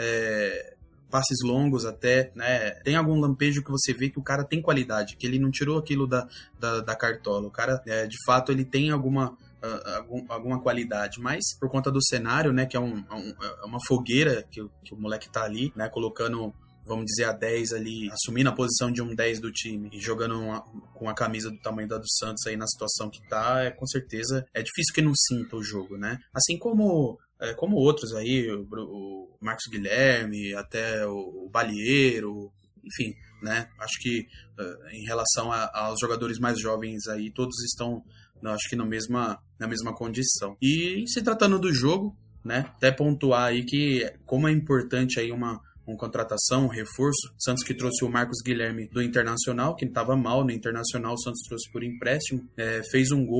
passes longos até, né? Tem algum lampejo que você vê que o cara tem qualidade, que ele não tirou aquilo da cartola. O cara, de fato, ele tem alguma qualidade, mas por conta do cenário, né, que é uma fogueira que o moleque tá ali, né, colocando, vamos dizer, a 10 ali, assumindo a posição de um 10 do time e jogando com a camisa do tamanho da do Santos aí na situação que tá, com certeza é difícil que não sinta o jogo, né? Assim como outros aí, o Marcos Guilherme, até o Balieiro, enfim, né? Acho que em relação aos jogadores mais jovens aí, todos estão, acho que na mesma condição. E se tratando do jogo, né? Até pontuar aí que como é importante aí uma contratação, um reforço. Santos que trouxe o Marcos Guilherme do Internacional, que estava mal no Internacional, o Santos trouxe por empréstimo, fez um gol.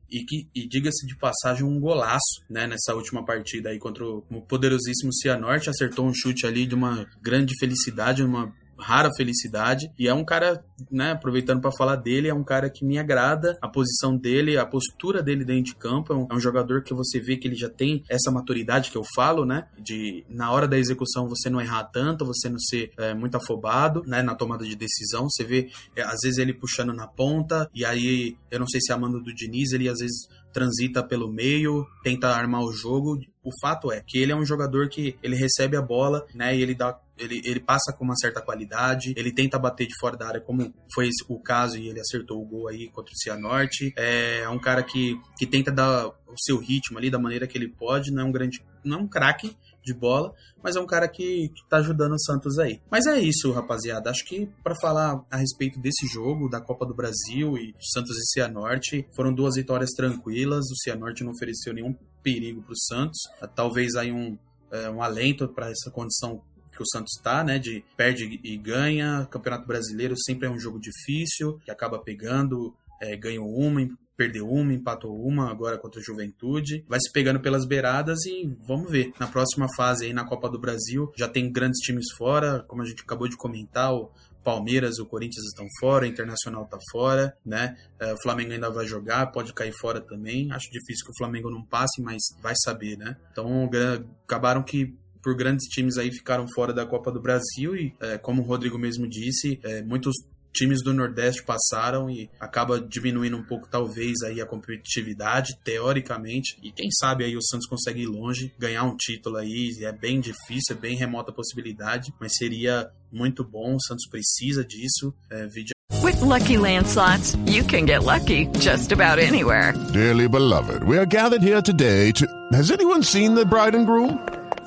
E diga-se de passagem, um golaço, né, nessa última partida aí contra o poderosíssimo Cianorte. Acertou um chute ali de uma grande felicidade, uma rara felicidade, e é um cara, né, aproveitando para falar dele, é um cara que me agrada, a posição dele, a postura dele dentro de campo, é um jogador que você vê que ele já tem essa maturidade que eu falo, né, de na hora da execução você não errar tanto, você não ser muito afobado, né, na tomada de decisão. Você vê, às vezes ele puxando na ponta, e aí, eu não sei se é a mando do Diniz, ele às vezes transita pelo meio, tenta armar o jogo. O fato é que ele é um jogador que ele recebe a bola, né, e ele passa com uma certa qualidade, ele tenta bater de fora da área, como foi o caso, e ele acertou o gol aí contra o Cianorte. É um cara que tenta dar o seu ritmo ali da maneira que ele pode, não é um craque de bola, mas é um cara que tá ajudando o Santos aí. Mas é isso, rapaziada. Acho que para falar a respeito desse jogo, da Copa do Brasil e Santos e Cianorte, foram 2 vitórias tranquilas. O Cianorte não ofereceu nenhum perigo pro Santos. Talvez aí um alento para essa condição que o Santos tá, né, de perde e ganha. Campeonato Brasileiro sempre é um jogo difícil, que acaba pegando, ganhou uma, perdeu uma, empatou uma, agora contra a Juventude. Vai se pegando pelas beiradas e vamos ver. Na próxima fase aí, na Copa do Brasil, já tem grandes times fora, como a gente acabou de comentar, o Palmeiras, o Corinthians estão fora, o Internacional tá fora, né? O Flamengo ainda vai jogar, pode cair fora também. Acho difícil que o Flamengo não passe, mas vai saber, né? Então, acabaram que por grandes times aí ficaram fora da Copa do Brasil e, como o Rodrigo mesmo disse, muitos times do Nordeste passaram e acaba diminuindo um pouco, talvez, aí a competitividade, teoricamente, e quem sabe aí o Santos consegue ir longe, ganhar um título aí. É bem difícil, é bem remota a possibilidade, mas seria muito bom. O Santos precisa disso. With Lucky Land Slots, you can get lucky just about anywhere. Dearly beloved, we are gathered here today to... Has anyone seen the bride and groom?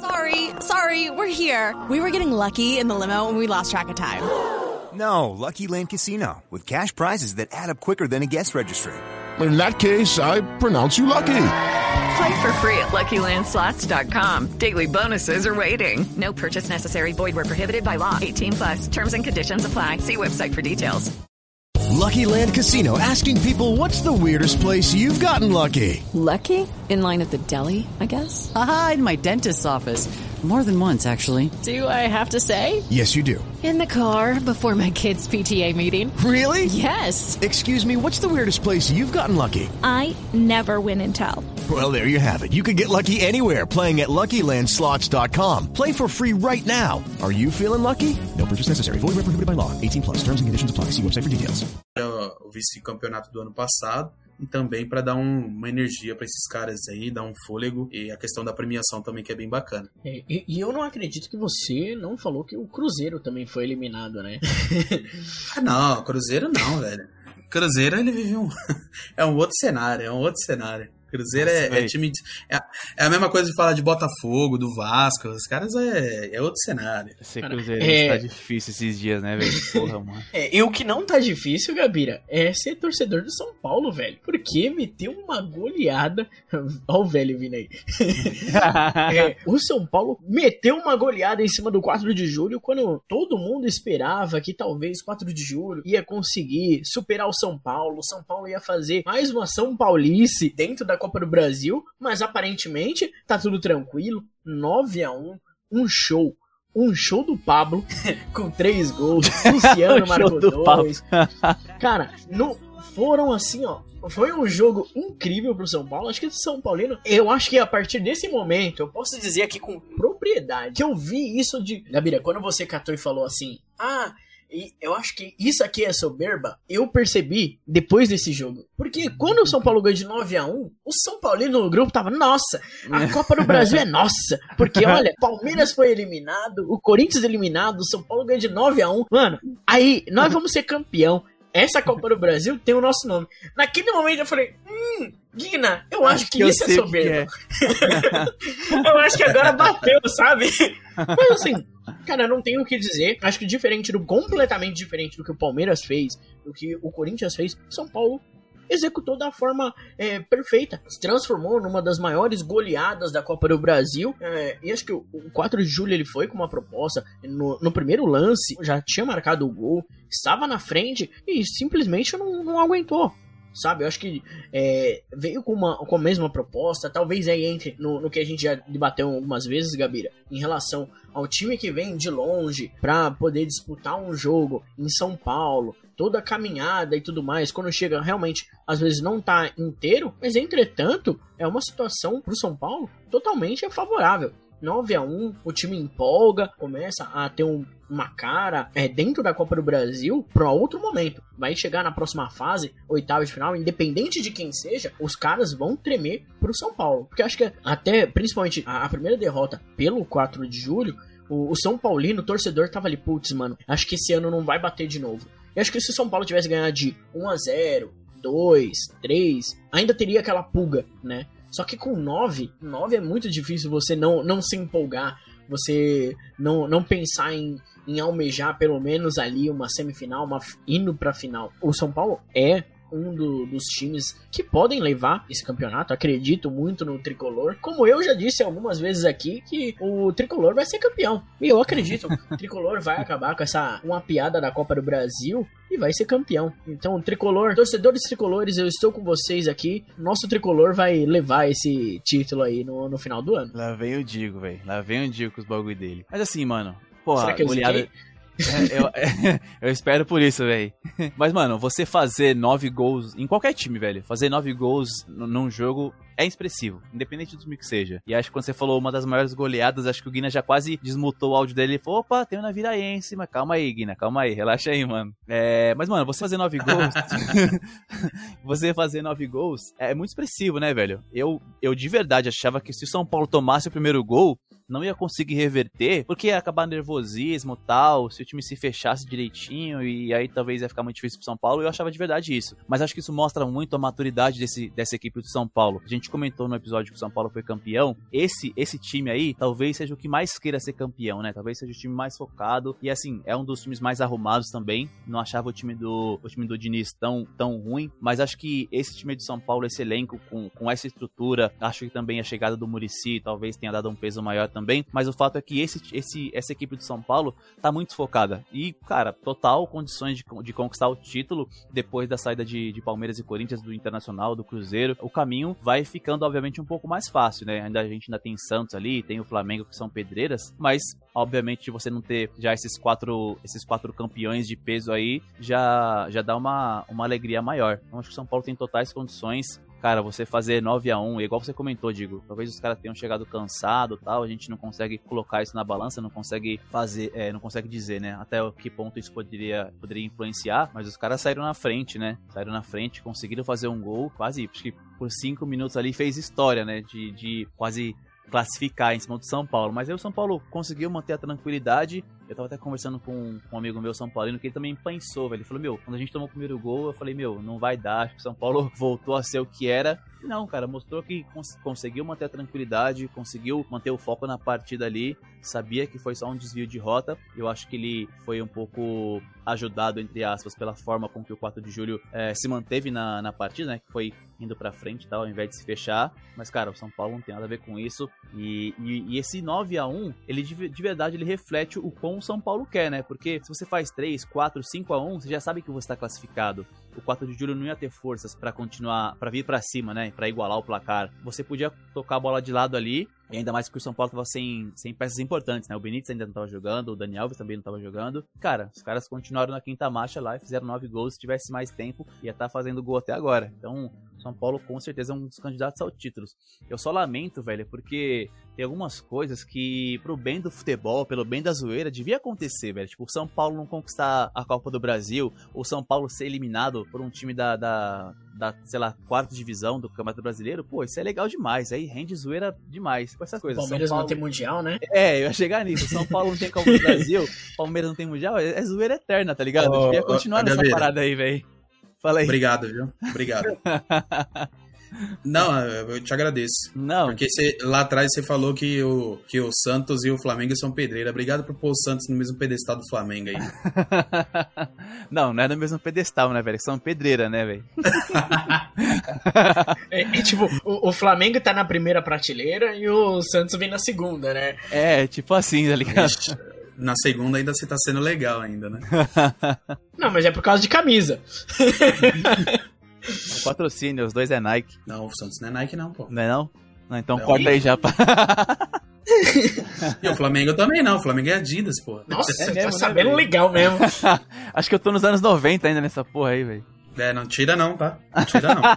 Sorry, we're here. We were getting lucky in the limo and we lost track of time. No, Lucky Land Casino, with cash prizes that add up quicker than a guest registry. In that case, I pronounce you lucky. Play for free at LuckyLandSlots.com. Daily bonuses are waiting. No purchase necessary. Void where prohibited by law. 18+. Terms and conditions apply. See website for details. Lucky Land Casino, asking people, what's the weirdest place you've gotten lucky? Lucky? In line at the deli, I guess? Aha, in my dentist's office. More than once, actually. Do I have to say? Yes, you do. In the car before my kids' PTA meeting. Really? Yes. Excuse me, what's the weirdest place you've gotten lucky? I never win and tell. Well, there you have it. You can get lucky anywhere, playing at LuckyLandSlots.com. Play for free right now. Are you feeling lucky? No purchase necessary. Void where prohibited by law. 18+. Terms and conditions apply. See website for details. O vice-campeonato do ano passado, e também para dar uma energia para esses caras aí, dar um fôlego, e a questão da premiação também, que é bem bacana. E eu não acredito que você não falou que o Cruzeiro também foi eliminado, né? Não, Cruzeiro não, velho. Cruzeiro, ele vive é um outro cenário. Cruzeiro é time de, é a mesma coisa de falar de Botafogo, do Vasco. Os caras é outro cenário. Ser Cruzeiro tá difícil esses dias, né, velho? Porra, mano. E o que não tá difícil, Gabira, é ser torcedor do São Paulo, velho. Porque meteu uma goleada. Olha o velho vindo aí. O São Paulo meteu uma goleada em cima do 4 de julho, quando todo mundo esperava que talvez 4 de julho ia conseguir superar o São Paulo. O São Paulo ia fazer mais uma São Paulice dentro da Copa do Brasil, mas aparentemente tá tudo tranquilo. 9-1, um show do Pablo com 3 gols. Luciano marcou 2. Cara, foram assim, ó. Foi um jogo incrível pro São Paulo. Acho que o São Paulino, eu acho que a partir desse momento, eu posso dizer aqui com propriedade, que eu vi isso de... Gabira, quando você catou e falou assim, e eu acho que isso aqui é soberba, eu percebi depois desse jogo. Porque quando o São Paulo ganhou de 9-1, o São Paulino no grupo tava, nossa, a Copa do Brasil é nossa. Porque, olha, Palmeiras foi eliminado, o Corinthians eliminado, o São Paulo ganhou de 9-1. Mano, aí nós vamos ser campeão. Essa Copa do Brasil tem o nosso nome. Naquele momento eu falei, Guina, eu acho que isso é soberba. Eu acho que agora bateu, sabe? Mas assim, cara, não tenho o que dizer. Acho que completamente diferente do que o Palmeiras fez, do que o Corinthians fez, São Paulo executou da forma perfeita. Se transformou numa das maiores goleadas da Copa do Brasil. E acho que o 4 de julho ele foi com uma proposta. No primeiro lance, já tinha marcado o gol, estava na frente e simplesmente não aguentou. sabe? Eu acho que veio com a mesma proposta, talvez aí entre no que a gente já debateu algumas vezes, Gabira, em relação ao time que vem de longe pra poder disputar um jogo em São Paulo, toda a caminhada e tudo mais, quando chega realmente, às vezes não tá inteiro, mas entretanto, é uma situação pro São Paulo totalmente favorável. 9-1, o time empolga, começa a ter uma cara dentro da Copa do Brasil para outro momento. Vai chegar na próxima fase, oitava de final, independente de quem seja, os caras vão tremer pro São Paulo. Porque eu acho que até, principalmente, a primeira derrota pelo 4 de julho, o São Paulino, o torcedor, tava ali, putz, mano, acho que esse ano não vai bater de novo. Eu acho que se o São Paulo tivesse ganhado de 1-0, 2, 3, ainda teria aquela pulga, né? Só que com 9 é muito difícil você não se empolgar, você não pensar em almejar pelo menos ali uma semifinal, indo pra final. O São Paulo é um dos times que podem levar esse campeonato, acredito muito no Tricolor, como eu já disse algumas vezes aqui, que o Tricolor vai ser campeão, e eu acredito, o Tricolor vai acabar com uma piada da Copa do Brasil e vai ser campeão. Então, Tricolor, torcedores tricolores, eu estou com vocês aqui, nosso Tricolor vai levar esse título aí no final do ano. Lá vem o Digo, velho, lá vem o Digo com os bagulho dele. Mas assim, mano, porra, será que goleada... eu espero por isso, velho. Mas, mano, você fazer 9 gols em qualquer time, velho, fazer 9 gols num jogo é expressivo, independente do time que seja. E acho que quando você falou uma das maiores goleadas, acho que o Guina já quase desmutou o áudio dele e falou, opa, tem um Naviraense, mas calma aí, Guina, calma aí, relaxa aí, mano. Mas, mano, você fazer 9 gols... você fazer 9 gols é muito expressivo, né, velho? Eu de verdade achava que se o São Paulo tomasse o primeiro gol, não ia conseguir reverter, porque ia acabar nervosismo e tal, se o time se fechasse direitinho, e aí talvez ia ficar muito difícil pro São Paulo, eu achava de verdade isso. Mas acho que isso mostra muito a maturidade dessa equipe do São Paulo. A gente comentou no episódio que o São Paulo foi campeão, esse time aí talvez seja o que mais queira ser campeão, né? Talvez seja o time mais focado, e assim, é um dos times mais arrumados também. Não achava o time do Diniz tão ruim, mas acho que esse time de São Paulo, esse elenco com essa estrutura, acho que também a chegada do Muricy talvez tenha dado um peso maior também, mas o fato é que essa equipe do São Paulo tá muito focada, e cara, total condições de conquistar o título depois da saída de Palmeiras e Corinthians, do Internacional, do Cruzeiro. O caminho vai ficando obviamente um pouco mais fácil, né? A gente ainda tem Santos ali, tem o Flamengo, que são pedreiras, mas obviamente você não ter já esses quatro campeões de peso aí já dá uma alegria maior. Então acho que o São Paulo tem totais condições. Cara, você fazer 9-1, igual você comentou, Digo, talvez os caras tenham chegado cansado e tal, a gente não consegue colocar isso na balança, não consegue fazer, não consegue dizer, né, até que ponto isso poderia influenciar, mas os caras saíram na frente, né, conseguiram fazer um gol, quase, acho que por 5 minutos ali fez história, né, de quase classificar em cima do São Paulo, mas aí o São Paulo conseguiu manter a tranquilidade. Eu tava até conversando com um amigo meu, São Paulino, que ele também pensou, velho. Ele falou, quando a gente tomou o primeiro gol, eu falei, não vai dar, acho que o São Paulo voltou a ser o que era. E não, cara, mostrou que conseguiu manter a tranquilidade, conseguiu manter o foco na partida ali, sabia que foi só um desvio de rota. Eu acho que ele foi um pouco ajudado, entre aspas, pela forma com que o 4 de julho se manteve na partida, né, que foi indo pra frente e tal, ao invés de se fechar. Mas, cara, o São Paulo não tem nada a ver com isso. E esse 9-1, ele de verdade, ele reflete o quão o São Paulo quer, né? Porque se você faz 3, 4, 5-1, você já sabe que você tá classificado. O 4 de julho não ia ter forças pra continuar, pra vir pra cima, né? Pra igualar o placar. Você podia tocar a bola de lado ali, e ainda mais que o São Paulo tava sem peças importantes, né? O Benítez ainda não tava jogando, o Dani Alves também não tava jogando. Cara, os caras continuaram na quinta marcha lá e fizeram 9 gols. Se tivesse mais tempo, ia estar fazendo gol até agora. Então, São Paulo com certeza é um dos candidatos ao título. Eu só lamento, velho, porque tem algumas coisas que, pro bem do futebol, pelo bem da zoeira, devia acontecer, velho. Tipo, o São Paulo não conquistar a Copa do Brasil, o São Paulo ser eliminado por um time da sei lá, 4ª divisão do Campeonato Brasileiro. Pô, isso é legal demais. Aí rende zoeira demais com essas coisas. Palmeiras não tem Mundial, né? Eu ia chegar nisso. São Paulo não tem Copa do Brasil, Palmeiras não tem Mundial. É zoeira eterna, tá ligado? Devia continuar nessa parada aí, velho. Fala aí. Obrigado, viu? Obrigado. Não, eu te agradeço. Não. Porque lá atrás você falou que o Santos e o Flamengo são pedreira. Obrigado por pôr o Santos no mesmo pedestal do Flamengo aí. Não é no mesmo pedestal, né, velho? São pedreira, né, velho? Tipo, o Flamengo tá na primeira prateleira e o Santos vem na segunda, né? Tipo assim, tá ligado? Na segunda ainda você tá sendo legal ainda, né? Não, mas é por causa de camisa. patrocínio, os dois é Nike. Não, o Santos não é Nike não, pô. Não é não? Não, então corta aí já. E o Flamengo também não, o Flamengo é Adidas, pô. Nossa, você mesmo, tá sabendo né, legal mesmo. Acho que eu tô nos anos 90 ainda nessa porra aí, velho. Não tira não, tá? Não tira não.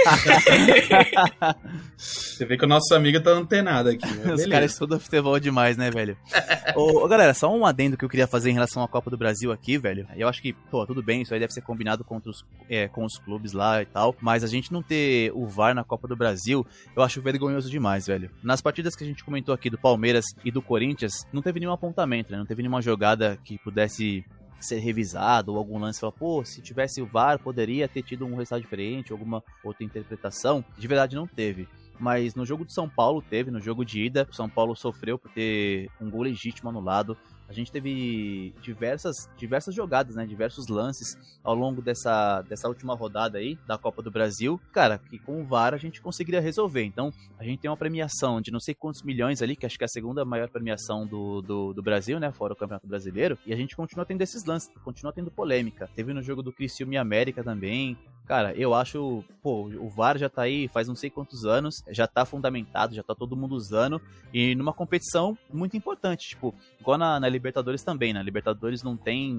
Você vê que o nosso amigo tá antenado aqui. Os caras estudam futebol demais, né, velho? Ô, galera, só um adendo que eu queria fazer em relação à Copa do Brasil aqui, velho. Eu acho que, tudo bem, isso aí deve ser combinado com os clubes lá e tal, mas a gente não ter o VAR na Copa do Brasil, eu acho vergonhoso demais, velho. Nas partidas que a gente comentou aqui do Palmeiras e do Corinthians, não teve nenhum apontamento, né? Não teve nenhuma jogada que pudesse ser revisado ou algum lance, falar, se tivesse o VAR, poderia ter tido um resultado diferente, alguma outra interpretação. De verdade não teve. Mas no jogo de São Paulo teve, no jogo de ida, o São Paulo sofreu por ter um gol legítimo anulado. A gente teve diversas jogadas, né, diversos lances ao longo dessa última rodada aí da Copa do Brasil, cara, que com o VAR a gente conseguiria resolver. Então, a gente tem uma premiação de não sei quantos milhões ali, que acho que é a segunda maior premiação do Brasil, né, fora o Campeonato Brasileiro, e a gente continua tendo esses lances, continua tendo polêmica. Teve no jogo do Criciúma e América também. Cara, eu acho, o VAR já tá aí faz não sei quantos anos, já tá fundamentado, já tá todo mundo usando, e numa competição muito importante, tipo, igual na Libertadores também, na Libertadores não tem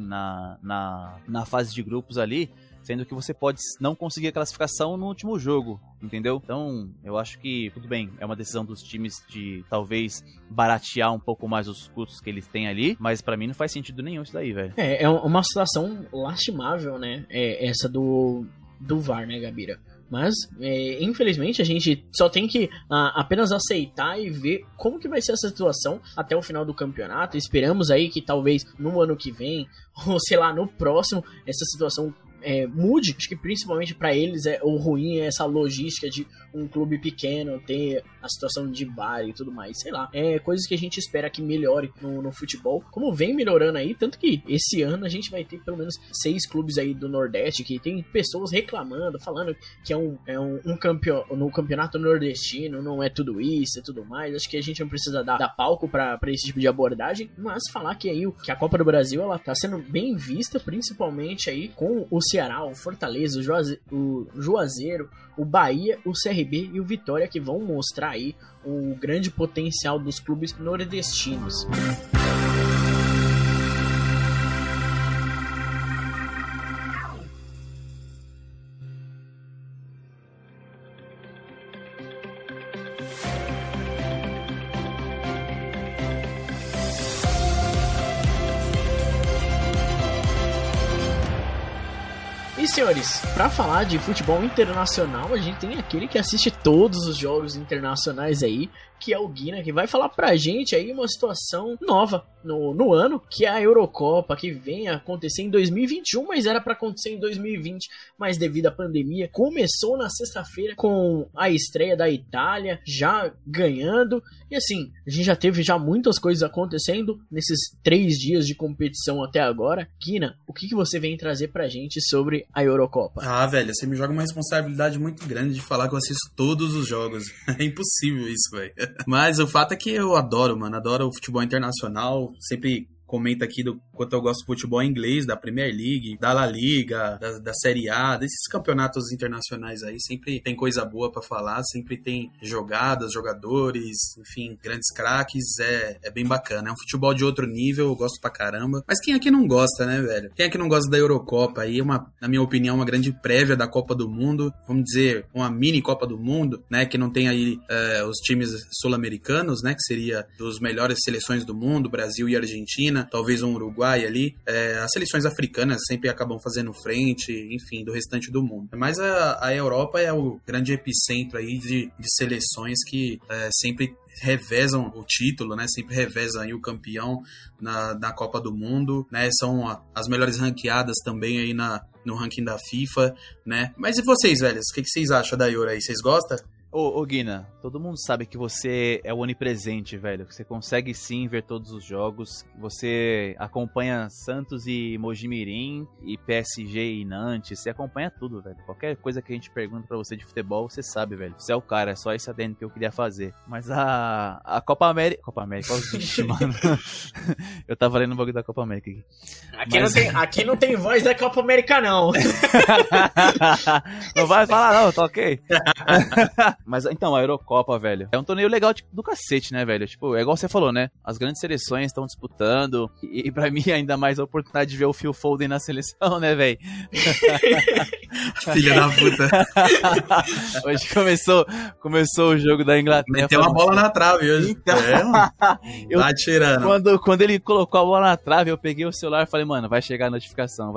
na fase de grupos ali, sendo que você pode não conseguir a classificação no último jogo, entendeu? Então, eu acho que, tudo bem, é uma decisão dos times de talvez baratear um pouco mais os custos que eles têm ali, mas pra mim não faz sentido nenhum isso daí, velho. É uma situação lastimável, né? Essa do VAR, né, Gabira? Mas, infelizmente, a gente só tem que apenas aceitar e ver como que vai ser essa situação até o final do campeonato. Esperamos aí que talvez no ano que vem, ou sei lá, no próximo, essa situação mude. Acho que principalmente para eles o ruim é essa logística de um clube pequeno ter a situação de VAR e tudo mais, sei lá, coisas que a gente espera que melhore no futebol, como vem melhorando aí, tanto que esse ano a gente vai ter pelo menos 6 clubes aí do Nordeste que tem pessoas reclamando, falando que no campeonato nordestino não é tudo isso e tudo mais. Acho que a gente não precisa dar palco para esse tipo de abordagem, mas falar que aí que a Copa do Brasil ela tá sendo bem vista, principalmente aí com o Ceará, o Fortaleza, o Juazeiro, o Bahia, o CRB e o Vitória, que vão mostrar aí o grande potencial dos clubes nordestinos. E senhores, pra falar de futebol internacional, a gente tem aquele que assiste todos os jogos internacionais aí, que é o Guina, que vai falar pra gente aí uma situação nova no ano, que é a Eurocopa, que vem a acontecer em 2021, mas era pra acontecer em 2020, mas devido à pandemia, começou na sexta-feira com a estreia da Itália, já ganhando, e assim, a gente já teve muitas coisas acontecendo nesses 3 dias de competição até agora. Guina, o que você vem trazer pra gente sobre a Eurocopa? Ah, velho, você me joga uma responsabilidade muito grande de falar que eu assisto todos os jogos. É impossível isso, velho. Mas o fato é que eu adoro o futebol internacional, sempre comenta aqui do quanto eu gosto do futebol inglês, da Premier League, da La Liga, da Série A, desses campeonatos internacionais aí, sempre tem coisa boa pra falar, sempre tem jogadas, jogadores, enfim, grandes craques, é bem bacana, é um futebol de outro nível, eu gosto pra caramba, mas quem aqui não gosta, né, velho? Quem aqui não gosta da Eurocopa aí, na minha opinião, uma grande prévia da Copa do Mundo, vamos dizer, uma mini Copa do Mundo, né, que não tem aí os times sul-americanos, né, que seria dos melhores seleções do mundo, Brasil e Argentina, talvez um Uruguai ali, as seleções africanas sempre acabam fazendo frente, enfim, do restante do mundo. Mas a Europa é o grande epicentro aí de seleções que sempre revezam o título, né? Sempre revezam aí o campeão na Copa do Mundo, né? São as melhores ranqueadas também aí no ranking da FIFA, né? Mas e vocês, velhos? O que vocês acham da Euro aí? Vocês gostam? Ô Guina, todo mundo sabe que você é o onipresente, velho. Que você consegue sim ver todos os jogos. Você acompanha Santos e Mojimirim, e PSG e Nantes. Você acompanha tudo, velho. Qualquer coisa que a gente pergunta pra você de futebol, você sabe, velho. Você é o cara, é só esse adendo que eu queria fazer. Mas a Copa América... Copa América, vixe, mano. Eu tava lendo um bagulho da Copa América aqui. Aqui não tem voz da Copa América, não. Não vai falar não, tá ok. Mas então, a Eurocopa, velho, é um torneio legal do cacete, né, velho? Tipo, é igual você falou, né? As grandes seleções estão disputando. E pra mim, ainda mais a oportunidade de ver o Phil Foden na seleção, né, velho? Filha da puta. Hoje começou o jogo da Inglaterra. Meteu uma bola na trave hoje. Então, tá tirando. Quando ele colocou a bola na trave, eu peguei o celular e falei, mano, vai chegar a notificação.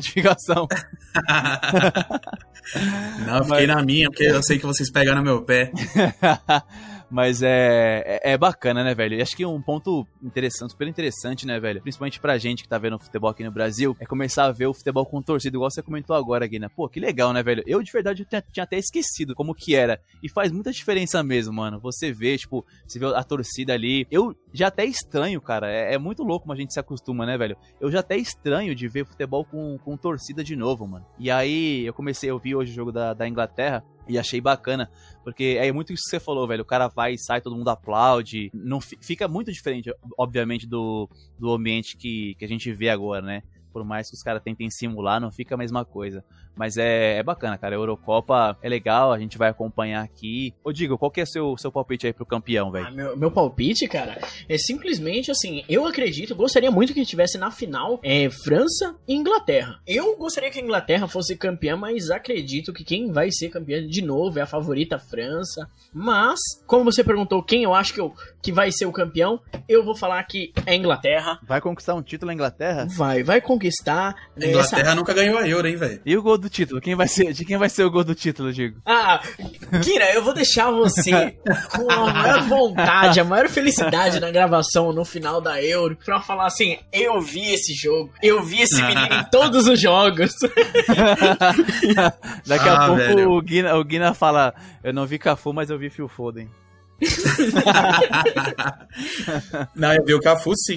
Não, eu fiquei na minha, porque eu sei que vocês pegaram no meu pé. Mas é bacana, né, velho? E acho que um ponto interessante, super interessante, né, velho? Principalmente pra gente que tá vendo futebol aqui no Brasil, é começar a ver o futebol com torcida, igual você comentou agora, Guina. Pô, que legal, né, velho? Eu, de verdade, tinha até esquecido como que era. E faz muita diferença mesmo, mano. Você vê, tipo, você vê a torcida ali. Eu já até estranho, cara. É muito louco como a gente se acostuma, né, velho? Eu já até estranho de ver futebol com torcida de novo, mano. E aí, eu vi hoje o jogo da Inglaterra. E achei bacana, porque é muito isso que você falou, velho. O cara vai e sai, todo mundo aplaude. Não fica muito diferente, obviamente, do ambiente que a gente vê agora, né? Por mais que os caras tentem simular, não fica a mesma coisa. Mas é bacana, cara. A Eurocopa é legal, a gente vai acompanhar aqui. Ô, Digo, qual que é o seu palpite aí pro campeão, velho? Meu palpite, cara, é simplesmente assim, gostaria muito que tivesse na final França e Inglaterra. Eu gostaria que a Inglaterra fosse campeã, mas acredito que quem vai ser campeã de novo é a favorita França. Mas, como você perguntou quem eu acho que vai ser o campeão, eu vou falar que é a Inglaterra. Vai conquistar um título a Inglaterra? Vai conquistar. A Inglaterra nunca ganhou a Euro, hein, velho? E o gol do título? De quem vai ser o gol do título, Digo? Kira, eu vou deixar você com a maior vontade, a maior felicidade na gravação no final da Euro pra falar assim, eu vi esse jogo, eu vi esse menino em todos os jogos. Daqui a pouco velho. O Guina fala, eu não vi Cafu, mas eu vi Phil Foden. Não, eu vi o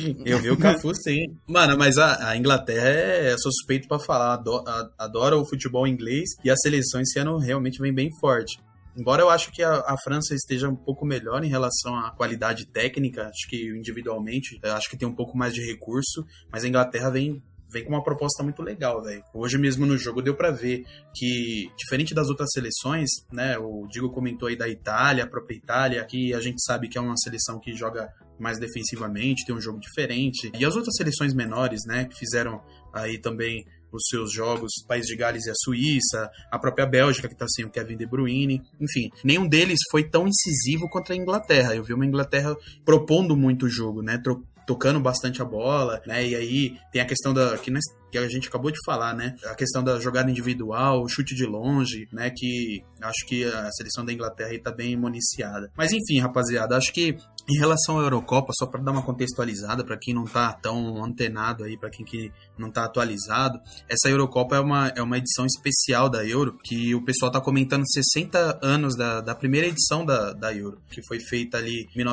Cafu sim. Mano, mas a Inglaterra é suspeito pra falar. Adora o futebol inglês e a seleção esse ano realmente vem bem forte. Embora eu acho que a França esteja um pouco melhor em relação à qualidade técnica, acho que individualmente, acho que tem um pouco mais de recurso, mas a Inglaterra vem com uma proposta muito legal, velho. Hoje mesmo no jogo deu pra ver que, diferente das outras seleções, né, o Diego comentou aí da Itália, a própria Itália, que a gente sabe que é uma seleção que joga mais defensivamente, tem um jogo diferente. E as outras seleções menores, né, que fizeram aí também os seus jogos, o País de Gales e a Suíça, a própria Bélgica, que tá sem o Kevin De Bruyne, enfim, nenhum deles foi tão incisivo contra a Inglaterra. Eu vi uma Inglaterra propondo muito o jogo, né, tocando bastante a bola, né, e aí tem a questão que a gente acabou de falar, né, a questão da jogada individual, o chute de longe, né, que acho que a seleção da Inglaterra aí tá bem municiada. Mas enfim, rapaziada, acho que em relação à Eurocopa, só para dar uma contextualizada para quem não tá tão antenado aí, para quem que não tá atualizado, essa Eurocopa é uma edição especial da Euro, que o pessoal tá comentando 60 anos da primeira edição da Euro, que foi feita ali em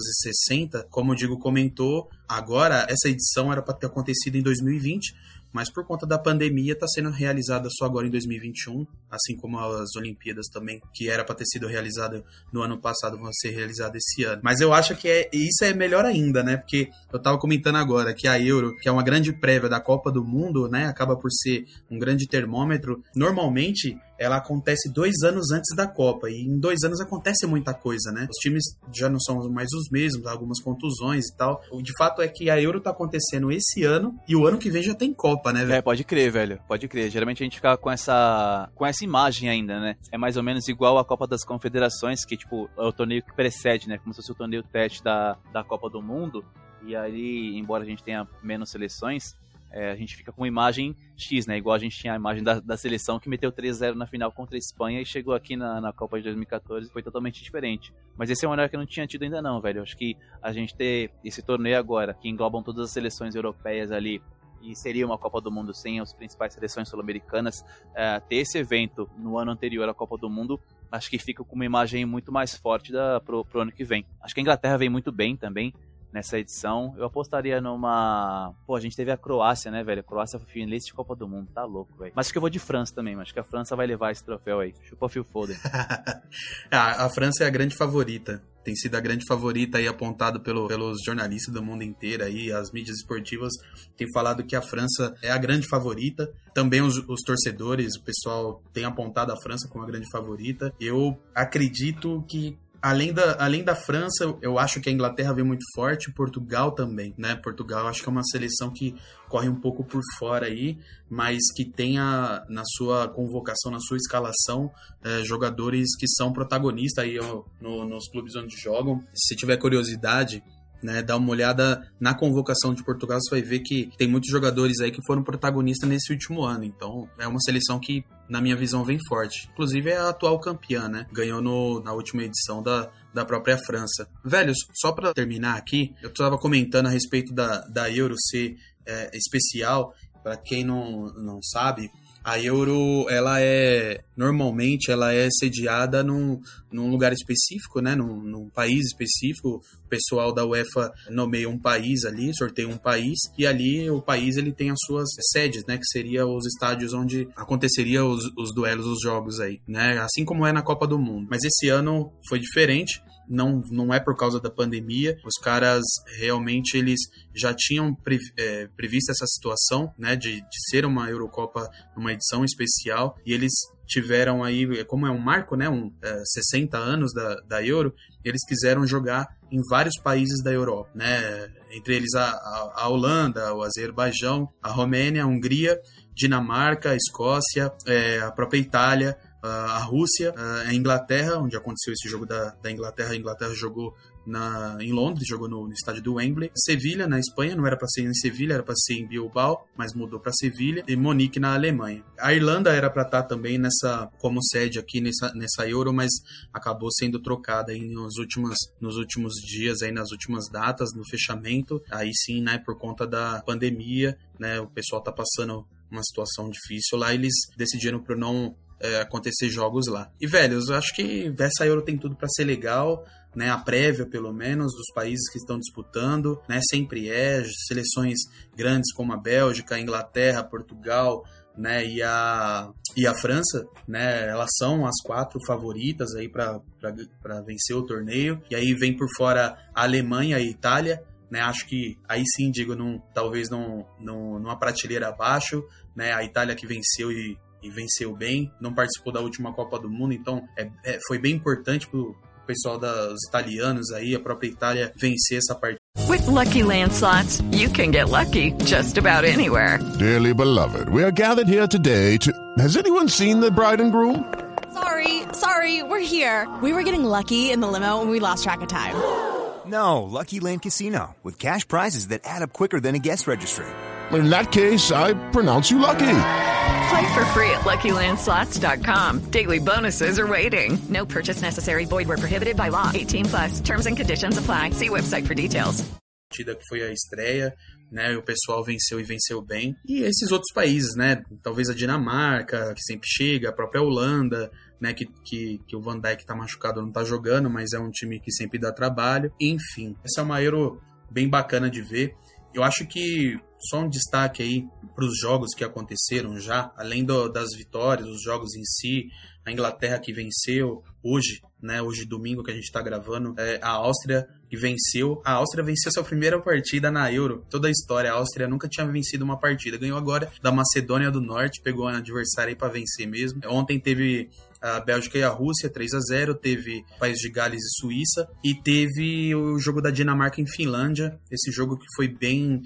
1960, como o Diego comentou. Agora, essa edição era para ter acontecido em 2020, mas por conta da pandemia está sendo realizada só agora em 2021, assim como as Olimpíadas também, que era para ter sido realizada no ano passado, vão ser realizadas esse ano. Mas eu acho que isso é melhor ainda, né? Porque eu estava comentando agora que a Euro, que é uma grande prévia da Copa do Mundo, né? Acaba por ser um grande termômetro. Normalmente, ela acontece 2 anos antes da Copa, e em 2 anos acontece muita coisa, né? Os times já não são mais os mesmos, algumas contusões e tal. O de fato é que a Euro tá acontecendo esse ano, e o ano que vem já tem Copa, né, velho? Pode crer, velho, pode crer. Geralmente a gente fica com essa imagem ainda, né? É mais ou menos igual a Copa das Confederações, que, tipo, é o torneio que precede, né? Como se fosse o torneio teste da Copa do Mundo, e aí, embora a gente tenha menos seleções, a gente fica com uma imagem X, né? Igual a gente tinha a imagem da seleção que meteu 3-0 na final contra a Espanha e chegou aqui na Copa de 2014 e foi totalmente diferente. Mas esse é um olhar que eu não tinha tido ainda não, velho. Eu acho que a gente ter esse torneio agora, que englobam todas as seleções europeias ali, e seria uma Copa do Mundo sem as principais seleções sul-americanas, ter esse evento no ano anterior à Copa do Mundo, acho que fica com uma imagem muito mais forte pro ano que vem. Acho que a Inglaterra vem muito bem também nessa edição. Eu apostaria numa... Pô, a gente teve a Croácia, né, velho? A Croácia foi finalista de Copa do Mundo, tá louco, velho. Mas acho que eu vou de França também, acho que a França vai levar esse troféu aí. Chupa Phil Foden. A França é a grande favorita. Tem sido a grande favorita aí, apontado pelos jornalistas do mundo inteiro aí, as mídias esportivas têm falado que a França é a grande favorita. Também os torcedores, o pessoal tem apontado a França como a grande favorita. Eu acredito que além da França, eu acho que a Inglaterra vem muito forte, Portugal também, né? Portugal, acho que é uma seleção que corre um pouco por fora aí, mas que tenha na sua convocação, na sua escalação, jogadores que são protagonistas aí nos clubes onde jogam. Se tiver curiosidade, né, dá uma olhada na convocação de Portugal, você vai ver que tem muitos jogadores aí que foram protagonistas nesse último ano. Então, é uma seleção que, na minha visão, vem forte. Inclusive, é a atual campeã, né? Ganhou na última edição da própria França. Velho, só pra terminar aqui, eu tava comentando a respeito da Euro ser especial. Pra quem não sabe, a Euro, normalmente ela é sediada num lugar específico, né? Num país específico. O pessoal da UEFA nomeia um país ali, sorteia um país, e ali o país ele tem as suas sedes, né? Que seria os estádios onde aconteceria os duelos, os jogos aí, né? Assim como é na Copa do Mundo. Mas esse ano foi diferente. Não é por causa da pandemia, os caras realmente eles já tinham previsto essa situação, né, de ser uma Eurocopa numa edição especial, e eles tiveram aí, como é um marco, né, 60 anos da Euro, eles quiseram jogar em vários países da Europa, né, entre eles a Holanda, o Azerbaijão, a Romênia, a Hungria, Dinamarca, a Escócia, a própria Itália, a Rússia, a Inglaterra, onde aconteceu esse jogo da Inglaterra. A Inglaterra jogou em Londres, jogou no estádio do Wembley. Sevilha, na Espanha, não era para ser em Sevilha, era para ser em Bilbao, mas mudou para Sevilha. E Munique, na Alemanha. A Irlanda era para estar também como sede aqui nessa Euro, mas acabou sendo trocada aí nos últimos dias, aí nas últimas datas, no fechamento. Aí sim, né, por conta da pandemia, né, o pessoal tá passando uma situação difícil lá, eles decidiram por não acontecer jogos lá. E, velho, eu acho que essa Euro tem tudo para ser legal, né? A prévia, pelo menos, dos países que estão disputando, né? Sempre seleções grandes como a Bélgica, a Inglaterra, Portugal, né? E a França, né? Elas são as 4 favoritas aí para vencer o torneio. E aí vem por fora a Alemanha e a Itália, né? Acho que aí sim, digo, talvez numa prateleira abaixo, né? A Itália que venceu e venceu bem, não participou da última Copa do Mundo, então foi bem importante pro pessoal dos italianos aí, a própria Itália, vencer essa partida. With Lucky Land Slots, you can get lucky just about anywhere. Dearly beloved, we are gathered here today to... Has anyone seen the bride and groom? Sorry, we're here. We were getting lucky in the limo and we lost track of time. No, Lucky Land Casino, with cash prizes that add up quicker than a guest registry. In that case, I pronounce you lucky. Play for free at LuckyLandSlots.com. Daily bonuses are waiting. No purchase necessary. Void where prohibited by law. 18+. Terms and conditions apply. See website for details. Que foi a estreia, né? O pessoal venceu e venceu bem. E esses outros países, né? Talvez a Dinamarca, que sempre chega, a própria Holanda, né? Que o Van Dijk tá machucado, não tá jogando, mas é um time que sempre dá trabalho. Enfim, essa é uma Euro bem bacana de ver. Eu acho que só um destaque aí para os jogos que aconteceram já, além das vitórias, os jogos em si, a Inglaterra que venceu hoje, né, hoje domingo que a gente está gravando, a Áustria que venceu. A Áustria venceu sua primeira partida na Euro, toda a história, a Áustria nunca tinha vencido uma partida, ganhou agora da Macedônia do Norte, pegou um adversário aí para vencer mesmo. Ontem teve a Bélgica e a Rússia, 3-0, teve País de Gales e Suíça, e teve o jogo da Dinamarca em Finlândia, esse jogo que foi bem...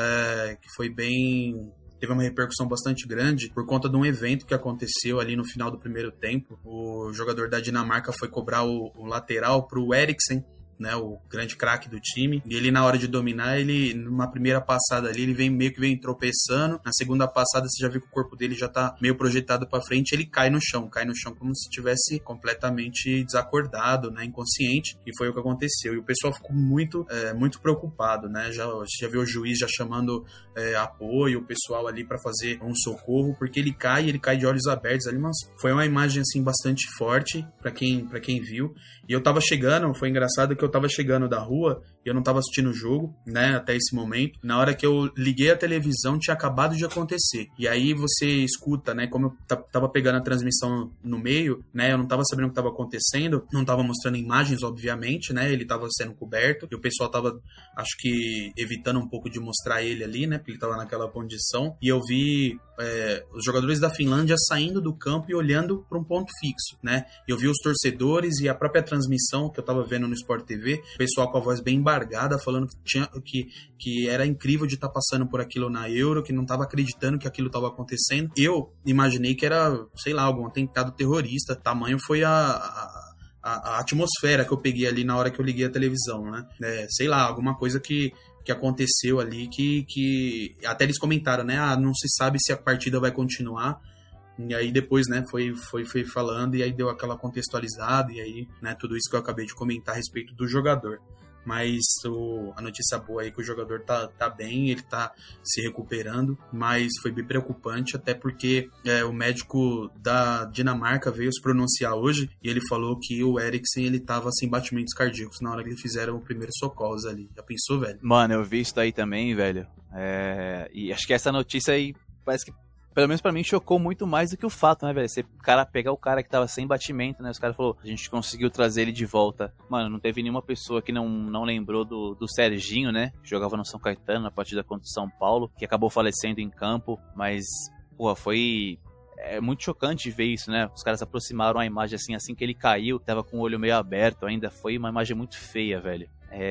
teve uma repercussão bastante grande por conta de um evento que aconteceu ali no final do primeiro tempo. O jogador da Dinamarca foi cobrar o lateral pro Eriksen, né, o grande craque do time, e ele na hora de dominar, ele numa primeira passada ali, ele meio que vem tropeçando, na segunda passada você já viu que o corpo dele já tá meio projetado pra frente, ele cai no chão como se estivesse completamente desacordado, né, inconsciente, e foi o que aconteceu, e o pessoal ficou muito preocupado, né, já viu o juiz já chamando apoio, o pessoal ali pra fazer um socorro, porque ele cai de olhos abertos ali, mas foi uma imagem assim bastante forte pra quem viu. E eu tava chegando, foi engraçado que eu tava chegando da rua e eu não tava assistindo o jogo, né, até esse momento. Na hora que eu liguei a televisão, tinha acabado de acontecer. E aí você escuta, né, como eu tava pegando a transmissão no meio, né, eu não tava sabendo o que tava acontecendo, não tava mostrando imagens, obviamente, né, ele tava sendo coberto e o pessoal tava, acho que, evitando um pouco de mostrar ele ali, né, porque ele tava naquela condição. E eu vi os jogadores da Finlândia saindo do campo e olhando para um ponto fixo, né, eu vi os torcedores e a própria transmissão que eu tava vendo no Sport TV, o pessoal com a voz bem embargada, falando que era incrível de estar passando por aquilo na Euro, que não tava acreditando que aquilo tava acontecendo. Eu imaginei que era, sei lá, algum atentado terrorista, tamanho foi a atmosfera que eu peguei ali na hora que eu liguei a televisão, né, sei lá, alguma coisa que aconteceu ali que até eles comentaram, né, não se sabe se a partida vai continuar. E aí depois, né, foi falando e aí deu aquela contextualizada e aí, né, tudo isso que eu acabei de comentar a respeito do jogador. Mas a notícia boa aí é que o jogador tá bem, ele tá se recuperando, mas foi bem preocupante, até porque o médico da Dinamarca veio se pronunciar hoje e ele falou que o Eriksen, ele tava sem batimentos cardíacos na hora que fizeram o primeiro socorros ali. Já pensou, velho? Mano, eu vi isso daí também, velho. E acho que essa notícia aí parece que, pelo menos pra mim, chocou muito mais do que o fato, né, velho? Você pegar o cara que tava sem batimento, né? Os caras falaram, a gente conseguiu trazer ele de volta. Mano, não teve nenhuma pessoa que não lembrou do Serginho, né? Que jogava no São Caetano, na partida contra o São Paulo, que acabou falecendo em campo. Mas, porra, foi muito chocante ver isso, né? Os caras aproximaram a imagem assim que ele caiu, tava com o olho meio aberto ainda. Foi uma imagem muito feia, velho.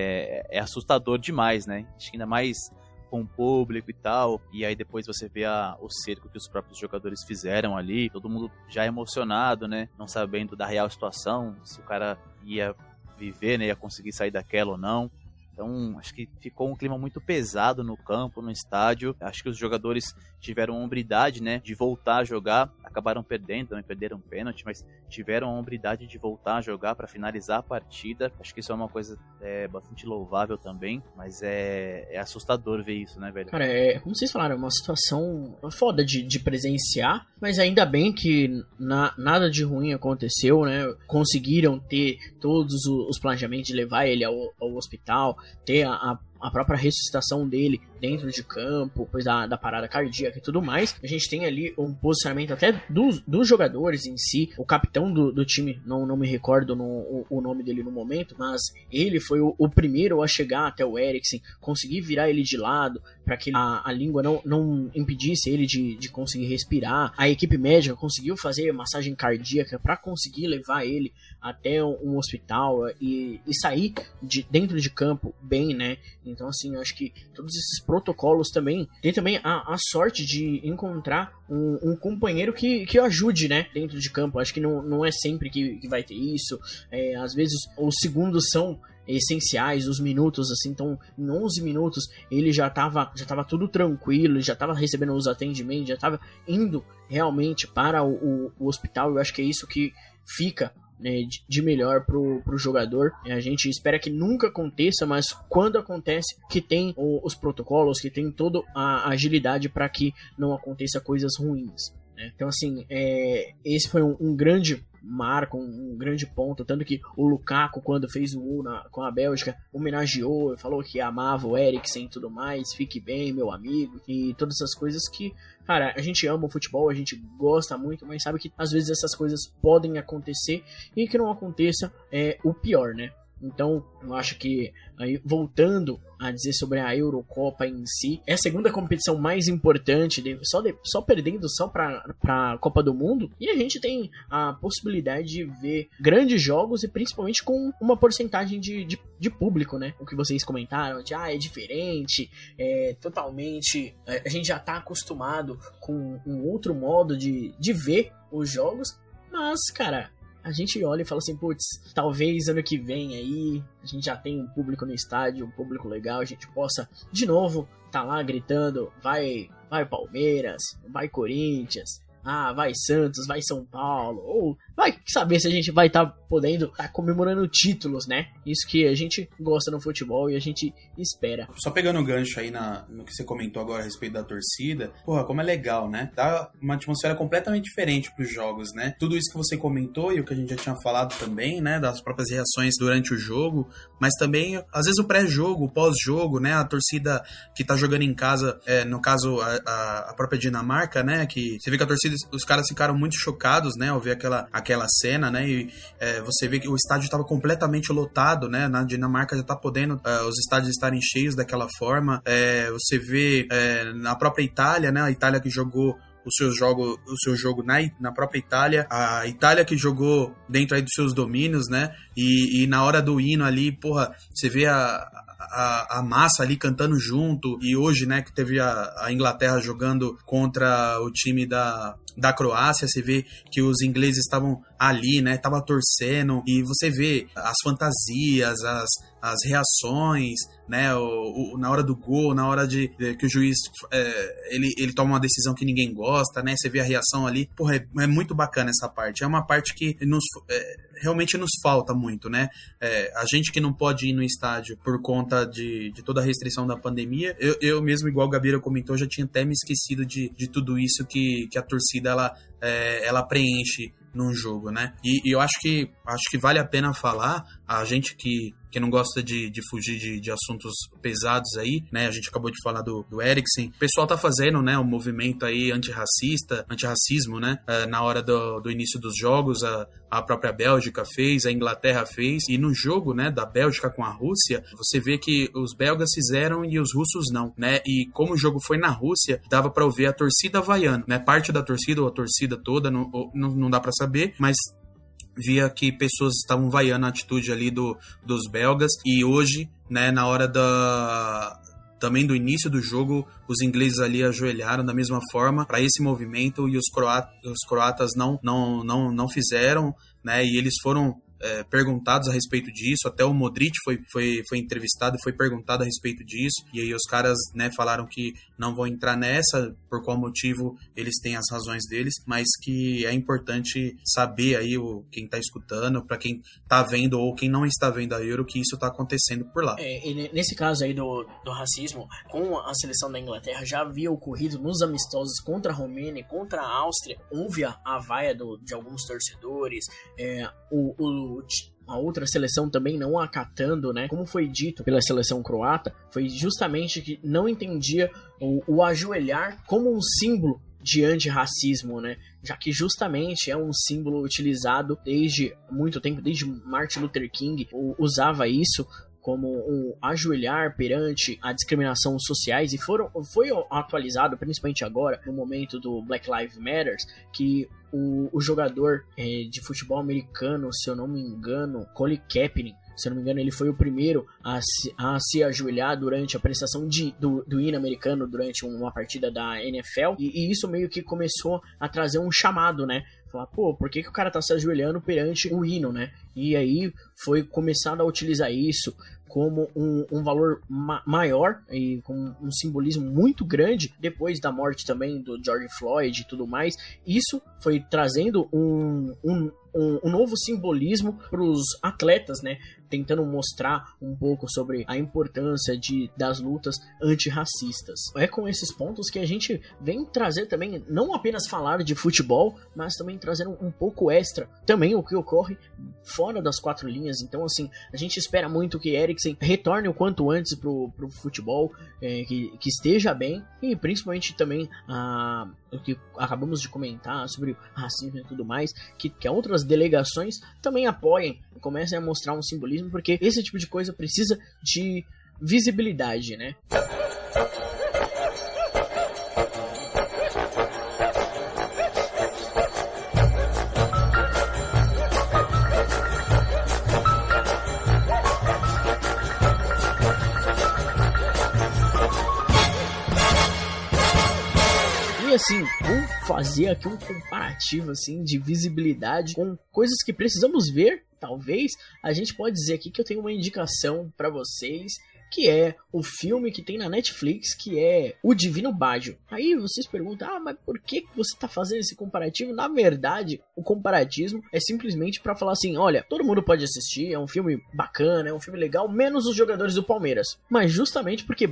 É assustador demais, né? Acho que ainda mais com o público e tal, e aí depois você vê o cerco que os próprios jogadores fizeram ali, todo mundo já emocionado, né, não sabendo da real situação, se o cara ia viver, né, ia conseguir sair daquela ou não. Então, acho que ficou um clima muito pesado no campo, no estádio. Acho que os jogadores tiveram a hombridade, né, de voltar a jogar. Acabaram perdendo, também perderam um pênalti, mas tiveram a hombridade de voltar a jogar para finalizar a partida. Acho que isso é uma coisa bastante louvável também, mas é assustador ver isso, né, velho? Cara, como vocês falaram, é uma situação foda de presenciar, mas ainda bem que nada de ruim aconteceu, né? Conseguiram ter todos os planejamentos de levar ele ao hospital, ter a própria ressuscitação dele dentro de campo, depois da parada cardíaca e tudo mais. A gente tem ali um posicionamento até dos jogadores em si. O capitão do time, não me recordo o nome dele no momento, mas ele foi o primeiro a chegar até o Eriksen, conseguir virar ele de lado para que a língua não impedisse ele de conseguir respirar. A equipe médica conseguiu fazer massagem cardíaca para conseguir levar ele até um hospital e sair dentro de campo bem, né? Então, assim, eu acho que todos esses protocolos também, tem também a sorte de encontrar um companheiro que ajude, né, dentro de campo. Eu acho que não é sempre que vai ter isso. Às vezes os segundos são essenciais, os minutos, assim, então em 11 minutos ele já tava tudo tranquilo, já tava recebendo os atendimentos, já tava indo realmente para o hospital. Eu acho que é isso que fica, né, de melhor pro jogador. A gente espera que nunca aconteça, mas quando acontece, que tem os protocolos, que tem toda a agilidade para que não aconteça coisas ruins, né? Então, assim, esse foi um grande marco, um grande ponto, tanto que o Lukaku, quando fez o gol com a Bélgica, homenageou, falou que amava o Eriksen e tudo mais, fique bem, meu amigo, e todas essas coisas que, cara, a gente ama o futebol, a gente gosta muito, mas sabe que às vezes essas coisas podem acontecer e que não aconteça é o pior, né? Então, eu acho que, aí, voltando a dizer sobre a Eurocopa em si, é a segunda competição mais importante, só perdendo só para a Copa do Mundo, e a gente tem a possibilidade de ver grandes jogos e principalmente com uma porcentagem de público, né? O que vocês comentaram, de é diferente, totalmente, a gente já está acostumado com um outro modo de ver os jogos, mas, cara, a gente olha e fala assim, putz, talvez ano que vem aí a gente já tenha um público no estádio, um público legal, a gente possa de novo tá lá gritando, vai Palmeiras, vai Corinthians, vai Santos, vai São Paulo, ou vai saber se a gente vai estar podendo estar comemorando títulos, né? Isso que a gente gosta no futebol e a gente espera. Só pegando o gancho aí no que você comentou agora a respeito da torcida, porra, como é legal, né? Dá uma atmosfera completamente diferente pros jogos, né? Tudo isso que você comentou e o que a gente já tinha falado também, né? Das próprias reações durante o jogo, mas também, às vezes, o pré-jogo, o pós-jogo, né? A torcida que tá jogando em casa, no caso, a própria Dinamarca, né? Que você vê que a torcida, os caras ficaram muito chocados, né? Ao ver aquela cena, né? E você vê que o estádio estava completamente lotado, né? Na Dinamarca já tá podendo os estádios estarem cheios daquela forma. Você vê na própria Itália, né? A Itália que jogou o seu jogo na própria Itália, a Itália que jogou dentro aí dos seus domínios, né? E na hora do hino ali, porra, você vê a massa ali cantando junto. E hoje, né, que teve a Inglaterra jogando contra o time da Croácia, você vê que os ingleses estavam ali, né, tava torcendo, e você vê as fantasias, as reações, né, na hora do gol, na hora que o juiz ele toma uma decisão que ninguém gosta, né, você vê a reação ali, porra, é muito bacana essa parte, é uma parte que realmente nos falta muito, né, a gente que não pode ir no estádio por conta de toda a restrição da pandemia, eu mesmo, igual o Gabriel comentou, já tinha até me esquecido de tudo isso que a torcida ela preenche num jogo, né? E eu acho que vale a pena falar, a gente que não gosta de fugir de assuntos pesados aí, né? A gente acabou de falar do Eriksen. O pessoal tá fazendo, né, um movimento aí antirracismo, né? Na hora do início dos jogos, a própria Bélgica fez, a Inglaterra fez, e no jogo, né, da Bélgica com a Rússia, você vê que os belgas fizeram e os russos não, né? E como o jogo foi na Rússia, dava pra ouvir a torcida vaiando, né? Parte da torcida ou a torcida toda, não dá pra saber, mas via que pessoas estavam vaiando a atitude ali dos belgas, e hoje, né, na hora também do início do jogo, os ingleses ali ajoelharam da mesma forma para esse movimento, e os croatas não fizeram, né, e eles foram perguntados a respeito disso, até o Modric foi entrevistado e foi perguntado a respeito disso, e aí os caras, né, falaram que não vão entrar nessa, por qual motivo eles têm as razões deles, mas que é importante saber aí quem tá escutando, para quem tá vendo ou quem não está vendo a Euro, que isso tá acontecendo por lá. E nesse caso aí do racismo, com a seleção da Inglaterra, já havia ocorrido nos amistosos contra a Romênia e contra a Áustria, houve a vaia de alguns torcedores, a outra seleção também não acatando, né? Como foi dito pela seleção croata, foi justamente que não entendia o ajoelhar como um símbolo de antirracismo, né? Já que justamente é um símbolo utilizado desde muito tempo, desde Martin Luther King usava isso como um ajoelhar perante a discriminação sociais, e foi atualizado principalmente agora, no momento do Black Lives Matter, que o jogador de futebol americano, se eu não me engano, Colin Kaepernick, se eu não me engano, ele foi o primeiro a se ajoelhar durante a prestação do hino americano durante uma partida da NFL, e isso meio que começou a trazer um chamado, né? Falar, pô, por que o cara tá se ajoelhando perante o hino, né? E aí foi começado a utilizar isso como um valor maior e com um simbolismo muito grande depois da morte também do George Floyd e tudo mais. Isso foi trazendo um novo simbolismo para os atletas, né? Tentando mostrar um pouco sobre a importância das lutas antirracistas. É com esses pontos que a gente vem trazer também, não apenas falar de futebol, mas também trazer um pouco extra também o que ocorre fora das quatro linhas. Então, assim, a gente espera muito que Eriksen retorne o quanto antes pro futebol, que esteja bem, e principalmente também o que acabamos de comentar sobre racismo e tudo mais, que outras delegações também apoiem e comecem a mostrar um simbolismo, porque esse tipo de coisa precisa de visibilidade, né? E assim, fazer aqui um comparativo, assim, de visibilidade com coisas que precisamos ver. Talvez a gente pode dizer aqui que eu tenho uma indicação pra vocês, que é o filme que tem na Netflix, que é O Divino Baggio. Aí vocês perguntam, mas por que você tá fazendo esse comparativo? Na verdade, o comparatismo é simplesmente pra falar assim, olha, todo mundo pode assistir, é um filme bacana, é um filme legal, menos os jogadores do Palmeiras. Mas justamente porque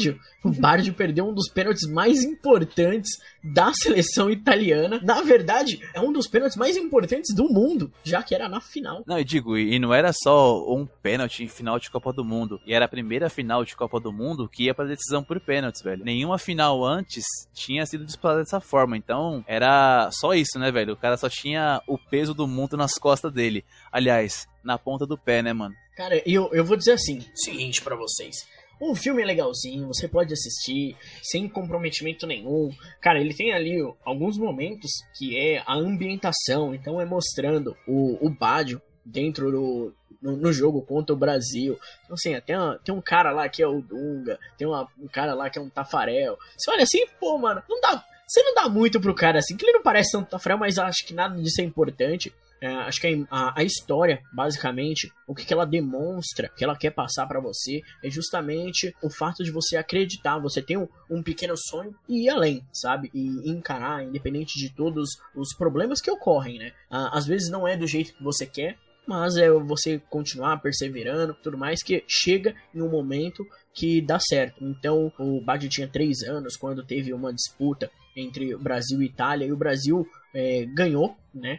o Baggio perdeu um dos pênaltis mais importantes da seleção italiana. Na verdade, é um dos pênaltis mais importantes do mundo, já que era na final. Não, eu digo, e não era só um pênalti em final de Copa do Mundo, e era a primeira final de Copa do Mundo que ia pra decisão por pênaltis, velho. Nenhuma final antes tinha sido disputada dessa forma, então era só isso, né, velho? O cara só tinha o peso do mundo nas costas dele. Aliás, na ponta do pé, né, mano? Cara, eu vou dizer assim, seguinte pra vocês. O filme é legalzinho, você pode assistir sem comprometimento nenhum. Cara, ele tem ali alguns momentos que é a ambientação, então é mostrando o Baggio dentro no jogo contra o Brasil. Então, assim, tem um cara lá que é o Dunga, tem um cara lá que é um Tafarel. Você olha assim, pô, mano, você não dá muito pro cara assim, que ele não parece tanto Tafarel, mas acho que nada disso é importante. Acho que a história, basicamente, o que ela demonstra, que ela quer passar pra você, é justamente o fato de você acreditar, você tem um pequeno sonho e ir além, sabe? E encarar, independente de todos os problemas que ocorrem, né? Às vezes não é do jeito que você quer, mas é você continuar perseverando, tudo mais, que chega em um momento que dá certo. Então, o Baggio tinha 3 anos quando teve uma disputa entre Brasil e Itália, e o Brasil ganhou, né?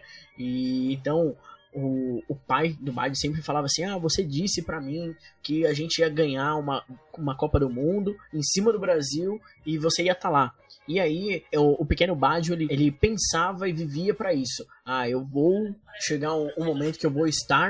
E então o pai do Baggio sempre falava assim, você disse pra mim que a gente ia ganhar uma Copa do Mundo em cima do Brasil e você ia estar lá. E aí o pequeno Baggio, ele pensava e vivia pra isso. Eu vou chegar um momento que eu vou estar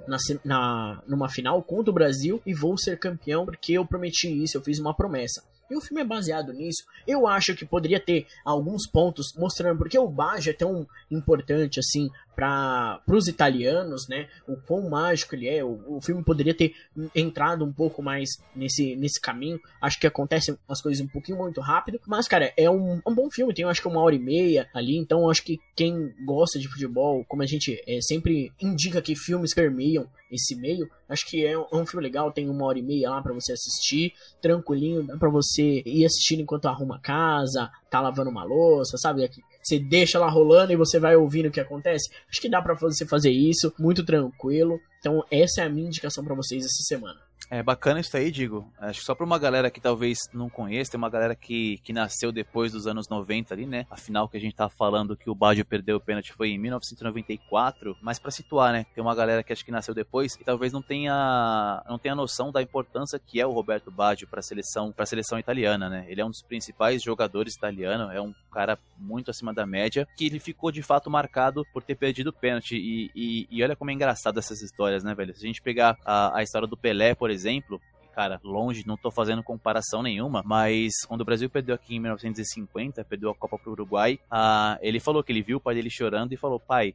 numa final contra o Brasil e vou ser campeão porque eu prometi isso, eu fiz uma promessa. E o filme é baseado nisso. Eu acho que poderia ter alguns pontos mostrando porque o Baggio é tão importante assim para os italianos, né? O quão mágico ele é. O filme poderia ter entrado um pouco mais nesse caminho. Acho que acontecem as coisas um pouquinho muito rápido. Mas, cara, é um bom filme. Tem, acho que 1h30 ali. Então, acho que quem gosta de futebol, como a gente sempre indica que filmes permeiam esse meio, acho que é um filme legal. Tem 1h30 lá pra você assistir. Tranquilinho, dá pra você ir assistindo enquanto arruma a casa, tá lavando uma louça, sabe? Você deixa lá rolando e você vai ouvindo o que acontece. Acho que dá pra você fazer isso, muito tranquilo. Então essa é a minha indicação pra vocês essa semana. É bacana isso aí, digo. Acho que só pra uma galera que talvez não conheça, tem uma galera que nasceu depois dos anos 90 ali, né? Afinal, que a gente tá falando que o Baggio perdeu o pênalti foi em 1994, mas pra situar, né? Tem uma galera que acho que nasceu depois e talvez não tenha noção da importância que é o Roberto Baggio pra seleção italiana, né? Ele é um dos principais jogadores italianos, é um cara muito acima da média, que ele ficou de fato marcado por ter perdido o pênalti. E olha como é engraçado essas histórias, né, velho? Se a gente pegar a história do Pelé, por exemplo, cara, longe, não tô fazendo comparação nenhuma, mas quando o Brasil perdeu aqui em 1950, perdeu a Copa pro Uruguai, ele falou que ele viu o pai dele chorando e falou, pai,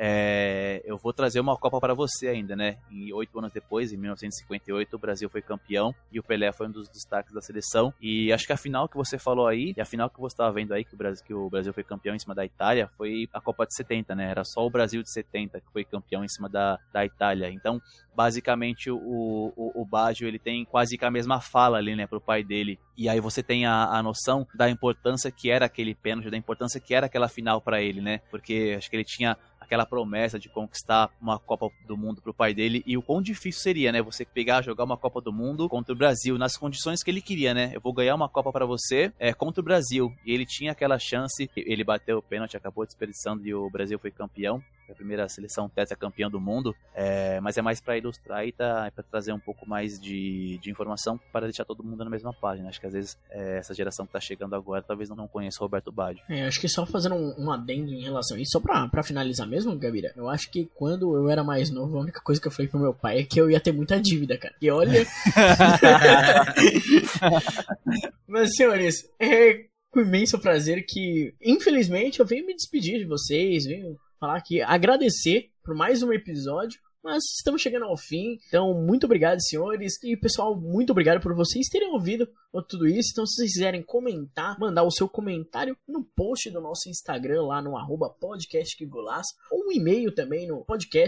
eu vou trazer uma Copa para você ainda, né? E 8 anos depois, em 1958, o Brasil foi campeão e o Pelé foi um dos destaques da seleção. E acho que a final que você falou aí, e a final que você estava vendo aí, que o Brasil foi campeão em cima da Itália, foi a Copa de 70, né? Era só o Brasil de 70 que foi campeão em cima da Itália. Então, basicamente, o Baggio, ele tem quase que a mesma fala ali, né, pro pai dele. E aí você tem a noção da importância que era aquele pênalti, da importância que era aquela final para ele, né? Porque acho que ele tinha aquela promessa de conquistar uma Copa do Mundo pro pai dele, e o quão difícil seria, né, você jogar uma Copa do Mundo contra o Brasil, nas condições que ele queria, né, eu vou ganhar uma Copa pra você, contra o Brasil, e ele tinha aquela chance, ele bateu o pênalti, acabou desperdiçando e o Brasil foi campeão, foi a primeira seleção tetracampeã do mundo, mas é mais pra ilustrar e pra trazer um pouco mais de informação para deixar todo mundo na mesma página. Acho que às vezes essa geração que tá chegando agora talvez não conheça o Roberto Baggio. Acho que só fazendo um adendo em relação a isso, só pra finalizar mesmo, Gabira, eu acho que quando eu era mais novo, a única coisa que eu falei pro meu pai é que eu ia ter muita dívida, cara. E olha... Mas, senhores, com imenso prazer que, infelizmente, eu venho me despedir de vocês, venho falar aqui, agradecer por mais um episódio, mas estamos chegando ao fim, então muito obrigado, senhores, e pessoal, muito obrigado por vocês terem ouvido tudo isso. Então, se vocês quiserem comentar, mandar o seu comentário no post do nosso Instagram, lá no @podcastquegolaço, ou um e-mail também no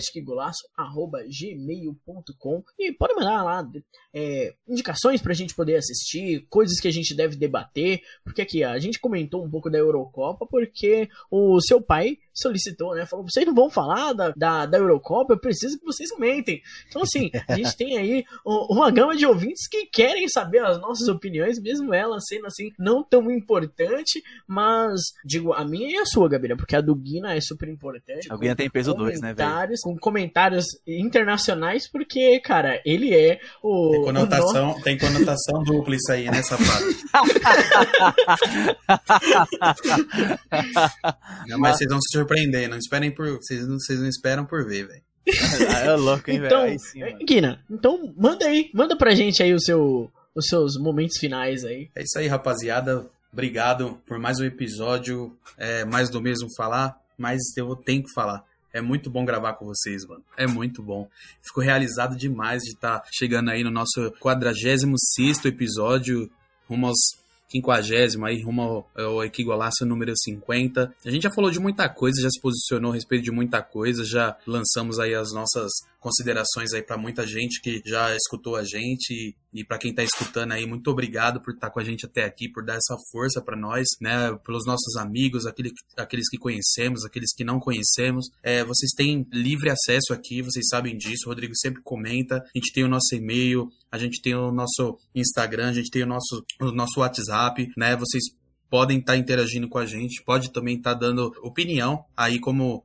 podcastquegolaço@gmail.com, e pode mandar lá indicações pra gente poder assistir, coisas que a gente deve debater, porque aqui a gente comentou um pouco da Eurocopa, porque o seu pai solicitou, né? Falou, vocês não vão falar da Eurocopa, eu preciso que vocês comentem. Então, assim, a gente tem aí uma gama de ouvintes que querem saber as nossas opiniões, mesmo ela sendo, assim, não tão importante, mas, digo, a minha e a sua, Gabriel, porque a do Guina é super importante. O Guina tem peso 2, né, velho? Com comentários internacionais, porque, cara, ele é o... Tem conotação dupla isso aí, né, safado? Não, mas vocês vão se surpreender, não esperem vocês não esperam por ver, velho. É louco, hein, então, velho? Guina, então manda pra gente aí os seus momentos finais aí. É isso aí, rapaziada. Obrigado por mais um episódio. Mais do mesmo falar, mas eu tenho que falar. É muito bom gravar com vocês, mano. É muito bom. Fico realizado demais de estar chegando aí no nosso 46º episódio, rumo aos 50º, aí rumo ao Equigolaço número 50. A gente já falou de muita coisa, já se posicionou a respeito de muita coisa, já lançamos aí as nossas considerações aí pra muita gente que já escutou a gente, e pra quem tá escutando aí, muito obrigado por estar com a gente até aqui, por dar essa força pra nós, né, pelos nossos amigos, aqueles que conhecemos, aqueles que não conhecemos. Vocês têm livre acesso aqui, vocês sabem disso, o Rodrigo sempre comenta, a gente tem o nosso e-mail, a gente tem o nosso Instagram, a gente tem o nosso WhatsApp, né, vocês podem estar interagindo com a gente, pode também estar dando opinião, aí como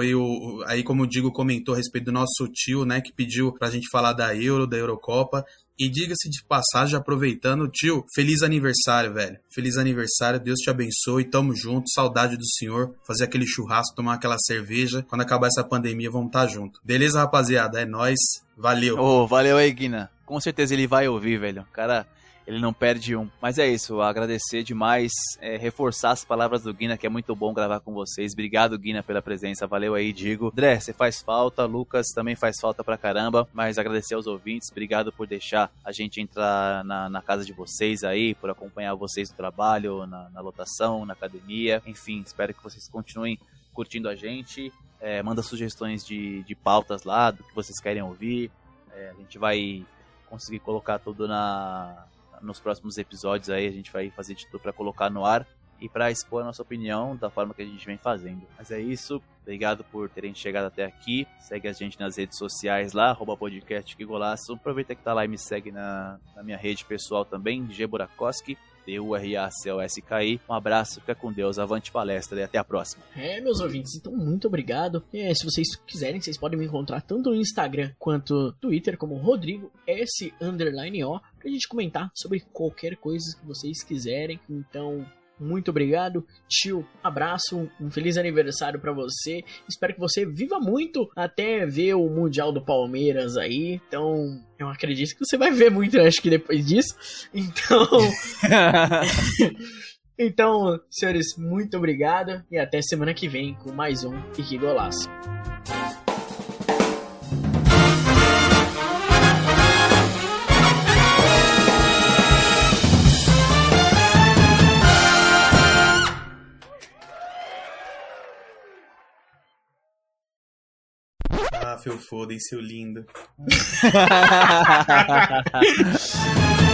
o Digo comentou a respeito do nosso tio, né, que pediu pra gente falar da Eurocopa. E diga-se de passagem, aproveitando, tio, feliz aniversário, velho. Feliz aniversário, Deus te abençoe, tamo junto, saudade do senhor, fazer aquele churrasco, tomar aquela cerveja. Quando acabar essa pandemia, vamos estar junto. Beleza, rapaziada? É nóis, valeu. Valeu aí, Guina. Com certeza ele vai ouvir, velho. Cara, ele não perde um. Mas é isso, agradecer demais, reforçar as palavras do Guina, que é muito bom gravar com vocês. Obrigado, Guina, pela presença. Valeu aí, Digo. André, você faz falta, Lucas também faz falta pra caramba, mas agradecer aos ouvintes, obrigado por deixar a gente entrar na casa de vocês aí, por acompanhar vocês no trabalho, na lotação, na academia. Enfim, espero que vocês continuem curtindo a gente. Manda sugestões de pautas lá, do que vocês querem ouvir. A gente vai conseguir colocar tudo nos próximos episódios aí, a gente vai fazer de tudo pra colocar no ar e pra expor a nossa opinião da forma que a gente vem fazendo. Mas é isso, obrigado por terem chegado até aqui, segue a gente nas redes sociais lá, @podcastquegolaço, aproveita que tá lá e me segue na minha rede pessoal também, Burakoski, Burakoski. Um abraço, fica com Deus, avante palestra e até a próxima. Meus ouvintes, então muito obrigado. Se vocês quiserem, vocês podem me encontrar tanto no Instagram quanto no Twitter como Rodrigo S_O, pra gente comentar sobre qualquer coisa que vocês quiserem. Então, muito obrigado, tio, abraço, um feliz aniversário pra você, espero que você viva muito até ver o Mundial do Palmeiras aí, então eu acredito que você vai ver muito, acho que depois disso, então senhores, muito obrigado e até semana que vem com mais um Que Golaço. Foda-se, seu lindo.